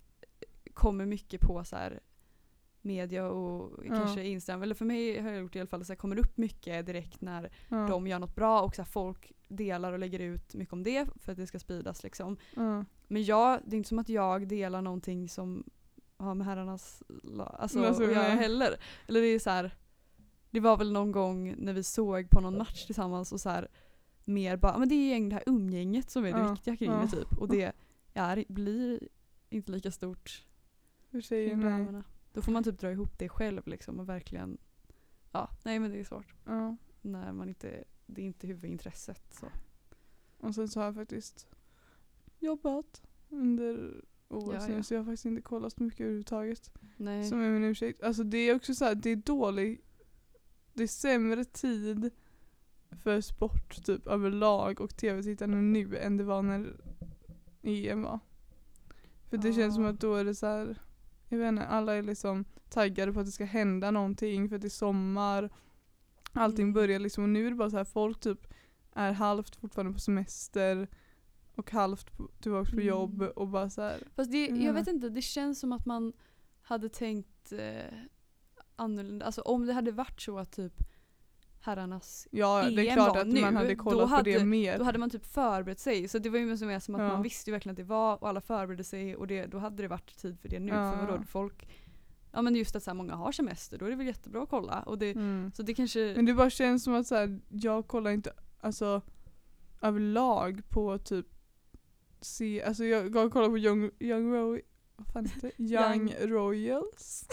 kommer mycket på så här media och Ja. kanske Instagram. Eller för mig har jag gjort i alla fall så här, kommer upp mycket direkt när Ja. de gör något bra och så här, folk delar och lägger ut mycket om det för att det ska spridas liksom. Ja. Men jag, det är inte som att jag delar någonting som har med herrarnas la- alltså, Men alltså, att göra nej. heller. Eller det är så här, det var väl någon gång när vi såg på någon match tillsammans och så här mer bara, men det är ju det här umgänget som är det Ja, viktiga kring ja. det typ. Och det är, blir inte lika stort För kring tjejer, nej. damerna. Då får man typ dra ihop det själv liksom och verkligen, ja, nej men det är svårt. Ja. När man inte, det är inte huvudintresset så. Och sen så har jag faktiskt jobbat under O S Ja, nu ja. så jag har faktiskt inte kollat så mycket överhuvudtaget. Nej. Som är min ursäkt. Alltså det är också så här, det är dålig, det är sämre tid för sport typ överlag och tv-tittande nu än det var när E M var. För det Ja. känns som att då är det så här, jag vet inte, alla är liksom taggade på att det ska hända någonting för att det är sommar. Allting Mm. börjar liksom och nu är det bara så här, folk typ är halvt fortfarande på semester och halvt på, tillbaka på Mm. jobb och bara så här. Fast det, Mm. jag vet inte, det känns som att man hade tänkt eh, annorlunda. Alltså om det hade varit så att typ herrarnas, Ja, det E är M klart var att nu, man hade då kollat på hade- det mer. då hade man typ förberett sig. Så det var ju mer som, mer som att Ja. man visste ju verkligen att det var och alla förberedde sig och det, då hade det varit tid för det nu. Ja. För vadå, folk, ja men just att så här, många har semester, då är det väl jättebra att kolla. Och det, Mm. så det kanske, Men det bara känns som att så här, jag kollar inte alltså överlag på typ se, alltså jag, jag kollar på Young, Young Roy, vad fan heter det? Young Royals.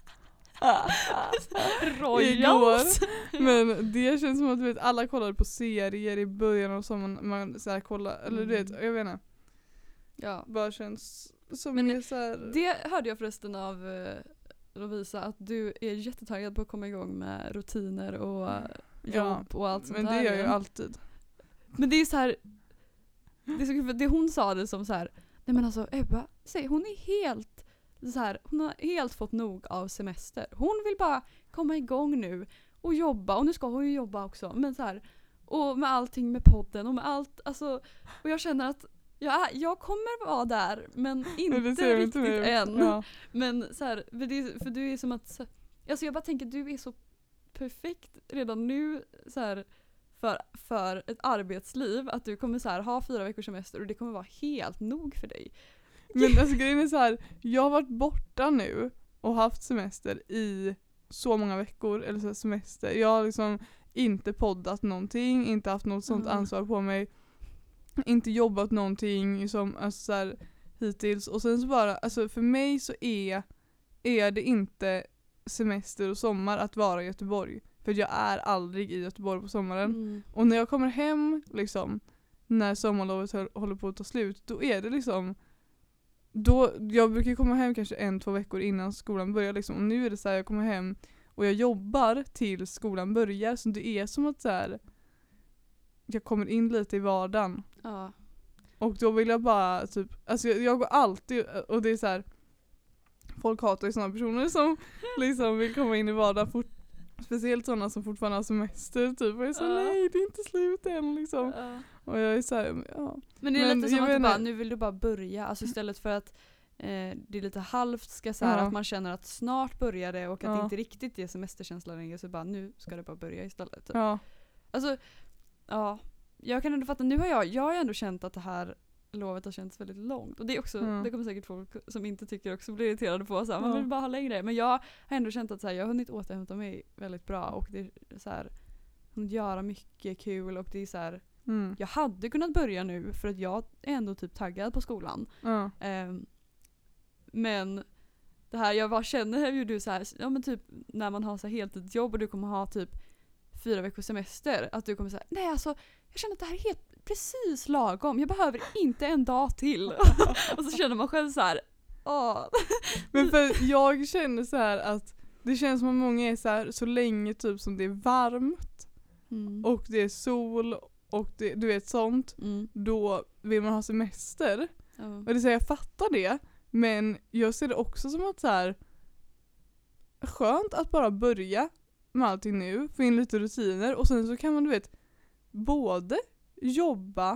Royals. Men det känns som att du vet, alla kollade på serier i början och så man, man så här kollar, eller du vet, Mm. jag vet inte. Ja. Bara känns som Men är så här, Det hörde jag förresten av eh, Lovisa, att du är jättetaggad på att komma igång med rutiner och eh, jobb Ja, och allt sånt men det där gör jag ju igen. alltid. Men det är så här, det är så kul för det hon sa det som så här, nej men alltså Ebba, säg, hon är helt så här, hon har helt fått nog av semester. Hon vill bara komma igång nu och jobba, och nu ska hon ju jobba också, men så här, och med allting med podden och med allt, alltså, och jag känner att jag, är, jag kommer vara där men Men det inte säger du riktigt till mig. än. Ja. Men så här, för, det, för du är som att, så- alltså jag bara tänker, du är så perfekt redan nu så här, för, för ett arbetsliv, att du kommer så här, ha fyra veckors semester och det kommer vara helt nog för dig. Men alltså grejen är så här, jag har varit borta nu och haft semester i så många veckor, eller så här semester. Jag har liksom inte poddat någonting, inte haft något sånt Mm. ansvar på mig. Inte jobbat någonting som, alltså så här, hittills. Och sen så bara, alltså för mig så är, är det inte semester och sommar att vara i Göteborg. För jag är aldrig i Göteborg på sommaren. Mm. Och när jag kommer hem liksom, när sommarlovet hö- håller på att ta slut, då är det liksom då, jag brukar komma hem kanske en, två veckor innan skolan börjar liksom. Och nu är det så här, jag kommer hem och jag jobbar till skolan börjar, så det är som att så här, jag kommer in lite i vardagen. Ja. Och då vill jag bara typ, alltså jag, jag går alltid, och det är så här, folk hatar ju sådana personer som liksom vill komma in i vardagen fort, speciellt sådana som fortfarande har semester typ, och jag är så Ja. nej det är inte slut än liksom. Ja. Och jag är så här, ja. Men det är Men lite som jag att du menar- bara, nu vill du bara börja, alltså istället för att eh, det är lite halvt ska så här, Ja. att man känner att snart börjar det och att Ja. det inte riktigt är semesterkänsla längre, så bara nu ska det bara börja istället. Typ. Ja. Alltså, ja, jag kan ändå fatta, nu har jag, jag har ju ändå känt att det här lovet har känts väldigt långt. Och det är också, Mm. det kommer säkert folk som inte tycker också bli irriterade på, så här, man Ja. vill bara ha längre. Men jag har ändå känt att så här, jag har hunnit återhämta mig väldigt bra och det är så här, hunnit göra mycket kul och det är så här, Mm. jag hade kunnat börja nu för att jag är ändå typ taggad på skolan. Ja. Um, men det här, jag bara känner ju du så här, ja men typ när man har så här heltidsjobb och du kommer ha typ fyra veckors semester, att du kommer säga nej alltså jag känner att det här är helt precis lagom, jag behöver inte en dag till. Och så känner man själv så här, åh. Men för jag känner så här att det känns som att många är så här så länge typ som det är varmt Mm. och det är sol och det, du vet sånt, Mm. då vill man ha semester. Ja. Och det säger jag fattar det, men jag ser det också som att så här skönt att bara börja med allting nu, få in lite rutiner och sen så kan man du vet både jobba,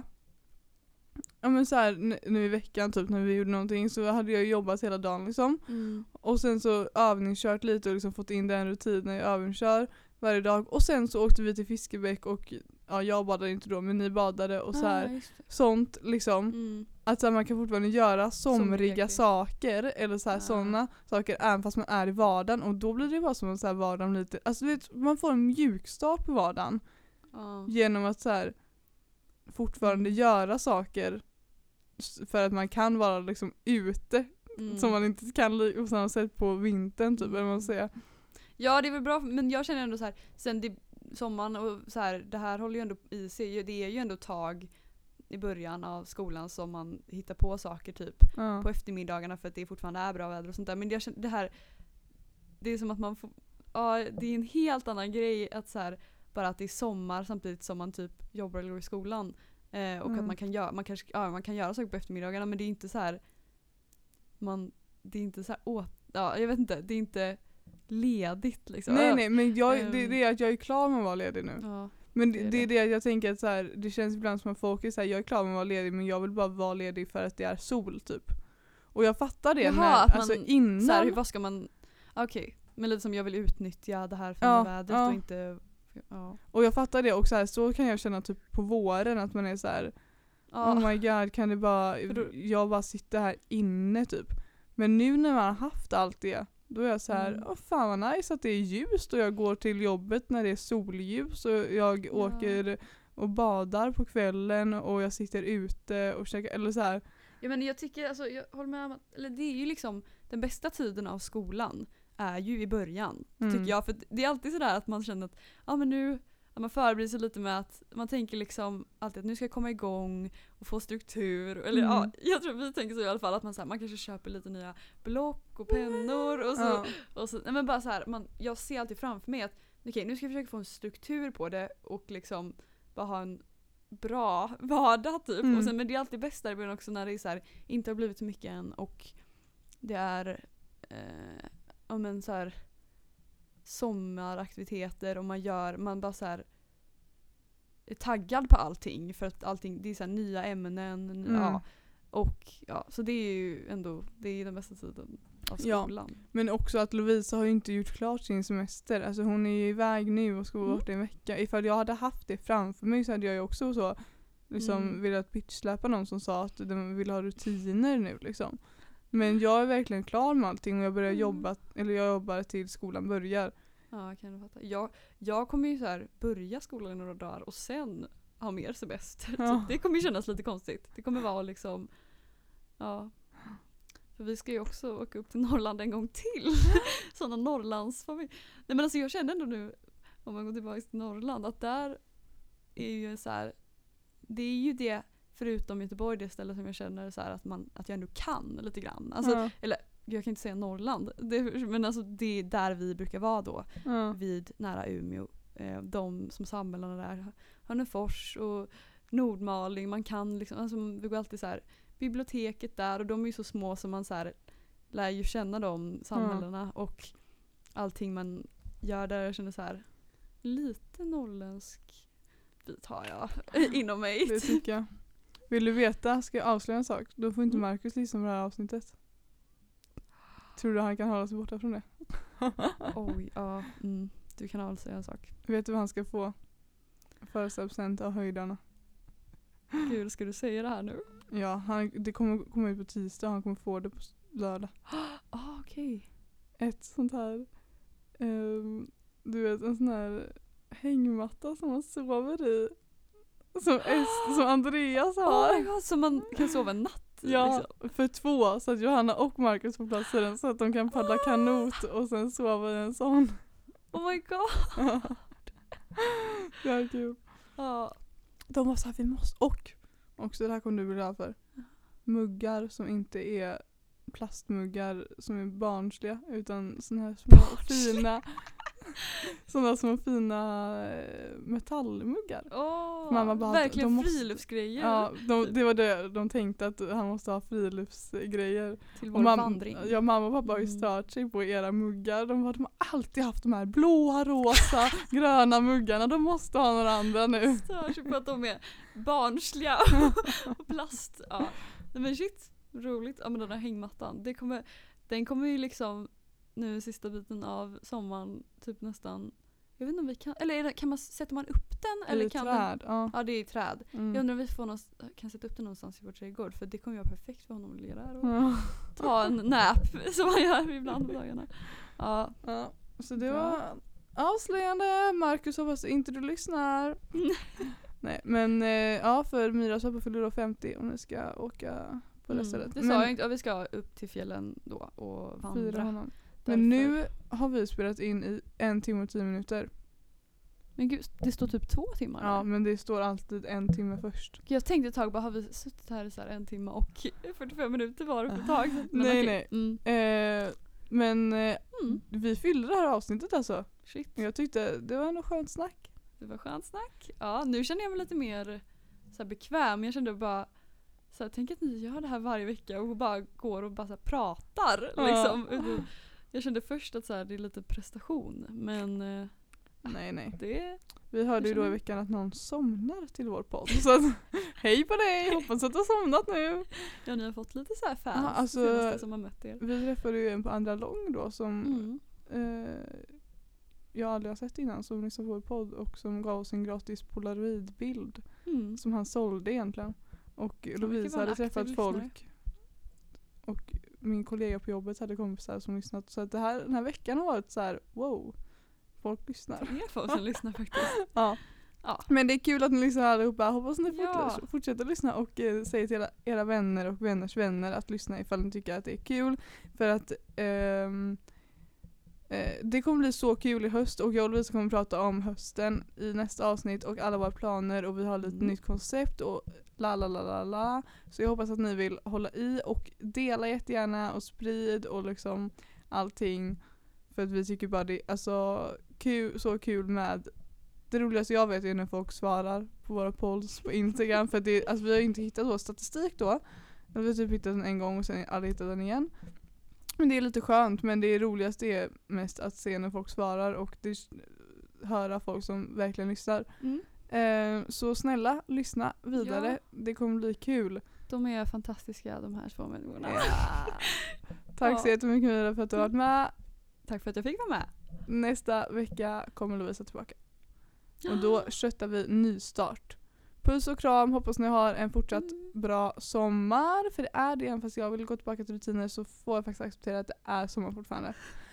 ja men så här n- nu i veckan typ när vi gjorde någonting så hade jag jobbat hela dagen liksom Mm. och sen så övningskört lite och liksom fått in den rutinen jag övningskör varje dag och sen så åkte vi till Fiskebäck och ja jag badade inte då men ni badade och så här Ah, just det. sånt liksom. Mm. Att så här, man kan fortfarande göra somriga Somriga saker eller så här, Ja. sådana saker även fast man är i vardagen och då blir det bara som att så här, vardagen lite, alltså du vet, man får en mjukstart på vardagen Ja. genom att så här, fortfarande Mm. göra saker s- för att man kan vara liksom ute Mm. som man inte kan li- på samma sätt på vintern typ eller vad man säger. Ja det är väl bra men jag känner ändå så här sen det, sommaren och så här det här håller ju ändå i sig, det är ju ändå tag i början av skolan som man hittar på saker typ Ja. på eftermiddagarna för att det fortfarande är bra väder och sånt där men jag känner, det här det är som att man får, ja det är en helt annan grej att så här bara att det är sommar samtidigt som man typ jobbar eller går i skolan eh, och Mm. att man kan göra man kanske ja, man kan göra saker på eftermiddagarna men det är inte så här man det är inte så här åt, ja jag vet inte det är inte ledigt liksom. Nej nej men jag, det, Ehm. det är att jag är klar med att vara ledig nu. Ja. Men det det, är det är det att jag tänker att så här, det känns ibland som att folk är så här, jag är klar med att vara ledig men jag vill bara vara ledig för att det är sol typ. Och jag fattar det Jaha, när, att alltså man- innan. Så här, hur, vad ska man, okej, men lite som jag vill utnyttja det här fina Ja, vädret ja. och inte, ja. Och jag fattar det och så, här, så kan jag känna typ på våren att man är så här. Ja. Oh my god kan det bara, För då- jag bara sitter här inne typ. Men nu när man har haft allt det, då är jag så här, Mm. åh fan vad nice att det är ljust och jag går till jobbet när det är solljus och jag Ja. åker och badar på kvällen och jag sitter ute och käkar, eller så här. Ja men jag tycker, alltså jag håller med om att, eller det är ju liksom den bästa tiden av skolan är ju i början, Mm. tycker jag. För det är alltid sådär att man känner att, ja men nu, att man förbereder sig lite med att man tänker liksom alltid att nu ska jag komma igång och få struktur. Eller Mm. ja, jag tror vi tänker så i alla fall att man, så här, man kanske köper lite nya block och pennor och så. Ja. Och så nej men bara så här, man, jag ser alltid framför mig att okej, nu ska jag försöka få en struktur på det och liksom bara ha en bra vardag typ. Mm. Och sen, men det är alltid bäst där i början också när det är så här, inte har blivit så mycket än och det är eh, ja men så här sommaraktiviteter och man gör, man bara så här är taggad på allting för att allting, det är så här nya ämnen Mm. ja, och ja, så det är ju ändå, det är den bästa tiden av Ja. skolan. Men också att Lovisa har ju inte gjort klart sin semester. Alltså hon är ju iväg nu och ska vara Mm. borta i en vecka. Ifall jag hade haft det framför mig så hade jag ju också så liksom Mm. velat pitchsläppa någon som sa att de vill ha rutiner nu liksom. Men jag är verkligen klar med allting och jag börjar Mm. jobba, eller jag jobbar till skolan börjar. Ja, jag kan jag fatta. Jag, jag kommer ju så här börja skolan i några dagar och sen ha mer semester. Ja. Så det kommer ju kännas lite konstigt. Det kommer vara liksom, ja. För vi ska ju också åka upp till Norrland en gång till. Sådana Norrlandsfamilj. Nej men alltså jag känner ändå nu, om man går tillbaka till Norrland, att där är ju så här, det är ju det, förutom Göteborg, det stället som jag känner så här att, man, att jag ändå kan lite grann. Alltså, ja. jag kan inte säga Norrland, det, men alltså det är där vi brukar vara då. Ja. Vid nära Umeå. Eh, de som samhällena där, Hörnefors och Nordmaling, man kan liksom, alltså vi går alltid så här, biblioteket där och de är ju så små som man så här lär ju känna de samhällena och allting man gör där. Jag känner så här lite norrländsk bit har jag inom mig. Det tycker jag. Vill du veta, ska jag avslöja en sak? Då får inte Mm. Marcus lyssna på det här avsnittet. Tror du han kan hålla sig borta från det? Oj, ja, mm, du kan alltså säga en sak. Vet du vad han ska få? Första procent av höjdarna. Gud, ska du säga det här nu? Ja, han, det kommer komma ut på tisdag och han kommer få det på s- lördag. Ah, okej. Ett sånt här, ehm, du vet en sån här hängmatta som man sover i. Som, Est, som Andreas har. Oh my God, så man kan sova en natt i, Ja, liksom. för två. Så att Johanna och Marcus får plats i den. Så att de kan paddla kanot och sen sova i en sån. Oh my God. Det är kul. Ja. De var så här, vi måste. Och också det här kommer du bli glad för. Muggar som inte är plastmuggar som är barnsliga. Utan såna här små fina. Sådana små fina metallmuggar. Oh, Mamma bara, verkligen de måste- friluftsgrejer Ja, de, det var det de tänkte att han måste ha friluftsgrejer. till Och vår mam- vandring. Ja, mamma och pappa har ju Mm. stört sig på era muggar. De har, de har alltid haft de här blåa, rosa, gröna muggarna. De måste ha några andra nu. Stör sig på att de är barnsliga och plast. Ja. Men shit, roligt. Ja, men den där hängmattan, det kommer, den kommer ju liksom nu sista biten av sommaren typ nästan. Jag vet inte om vi kan, eller är det, kan man, sätter man upp den? Eller I kan träd. Den, Ja. ja, det är i träd. Mm. Jag undrar om vi får någon, kan sätta upp den någonstans i vår trädgård, för det kommer ju vara perfekt för honom att ligga där och Ja. ta en nap som han gör ibland på dagarna. Ja. Ja. Så det Bra. var avslöjande. Marcus, hoppas inte du lyssnar. Nej, men eh, ja, för Myras pappa fyller då femtio och ni ska åka på det Mm, stället. det Men sa jag inte. Ja, vi ska upp till fjällen då och fira vandra. honom. Därför. Men nu har vi spelat in i en timme och tio minuter. Men gud, det står typ två timmar. Ja, där. men det står alltid en timme först. Jag tänkte ett tag bara, har vi suttit här i så här en timme och fyrtiofem minuter var det för ett tag sedan? Men Nej, okej. nej. Mm. Eh, men eh, Mm. vi fyllde det här avsnittet alltså. Shit, Jag tyckte det var nog skönt snack. det var skönt snack. Ja, nu känner jag mig lite mer så här bekväm. Jag kände bara så här, tänk att ni gör det här varje vecka och bara går och bara så här pratar. Ja. Liksom. Jag kände först att så här, det är lite prestation, men eh, Nej, nej. det Vi hörde ju då i känner- veckan att någon somnar till vår podd. Så att, hej på dig! Hoppas att du har somnat nu. ja, ni har fått lite så här fans Ja, alltså- senaste som har mött er. Vi träffade ju en på andra lång då som Mm. eh, jag aldrig har sett innan, som lyssnade på vår podd och som gav oss en gratis polaroidbild Mm. som han sålde egentligen. Och vilken Lovisa var en hade aktiv träffat lyssnare. folk och min kollega på jobbet hade kompisar som lyssnat. Så att det här, den här veckan har varit så här: wow, folk lyssnar. Det är folk som lyssnar faktiskt. Ja. Ja. Men det är kul att ni lyssnar allihopa. Hoppas ni Ja. fortsätter, fortsätter lyssna och eh, säger till era, era vänner och vänners vänner att lyssna ifall ni tycker att det är kul. För att ehm, eh, det kommer bli så kul i höst och jag och Lovisa kommer prata om hösten i nästa avsnitt och alla våra planer och vi har lite Mm. nytt koncept och la la la la la. Så jag hoppas att ni vill hålla i och dela jättegärna och sprid och liksom allting. För att vi tycker bara det är alltså, kul, så kul med. Det roligaste jag vet är när folk svarar på våra polls på Instagram. För att det, alltså vi har inte hittat vår statistik då. Vi har typ hittat den en gång och sen aldrig hittat den igen. Men det är lite skönt, men det roligaste är mest att se när folk svarar och det, höra folk som verkligen lyssnar. Mm. Eh, så snälla, lyssna vidare. Ja. Det kommer bli kul. De är fantastiska, de här två människorna. Ja. Tack Ja. så jättemycket Mira för att du har varit med. Tack för att jag fick vara med. Nästa vecka kommer Lovisa tillbaka. Och då köttar vi nystart. Puss och kram, hoppas ni har en fortsatt bra sommar. För det är det, även fast jag vill gå tillbaka till rutiner så får jag faktiskt acceptera att det är sommar fortfarande.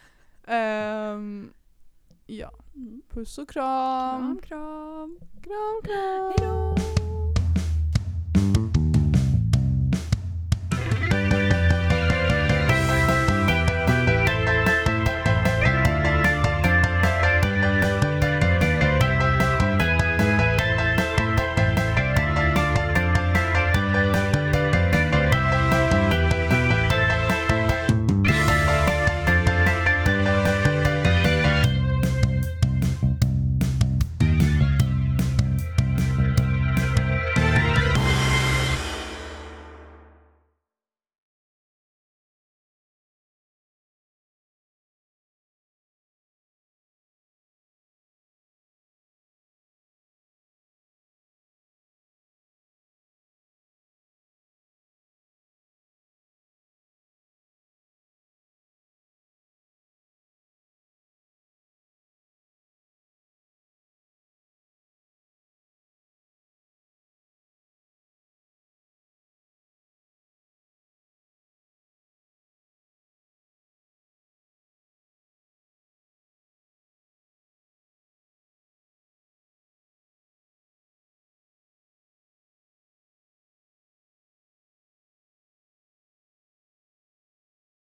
Ehm, ja, Mm. puss och kram. Kram, kram. Kram, kram. Hejdå!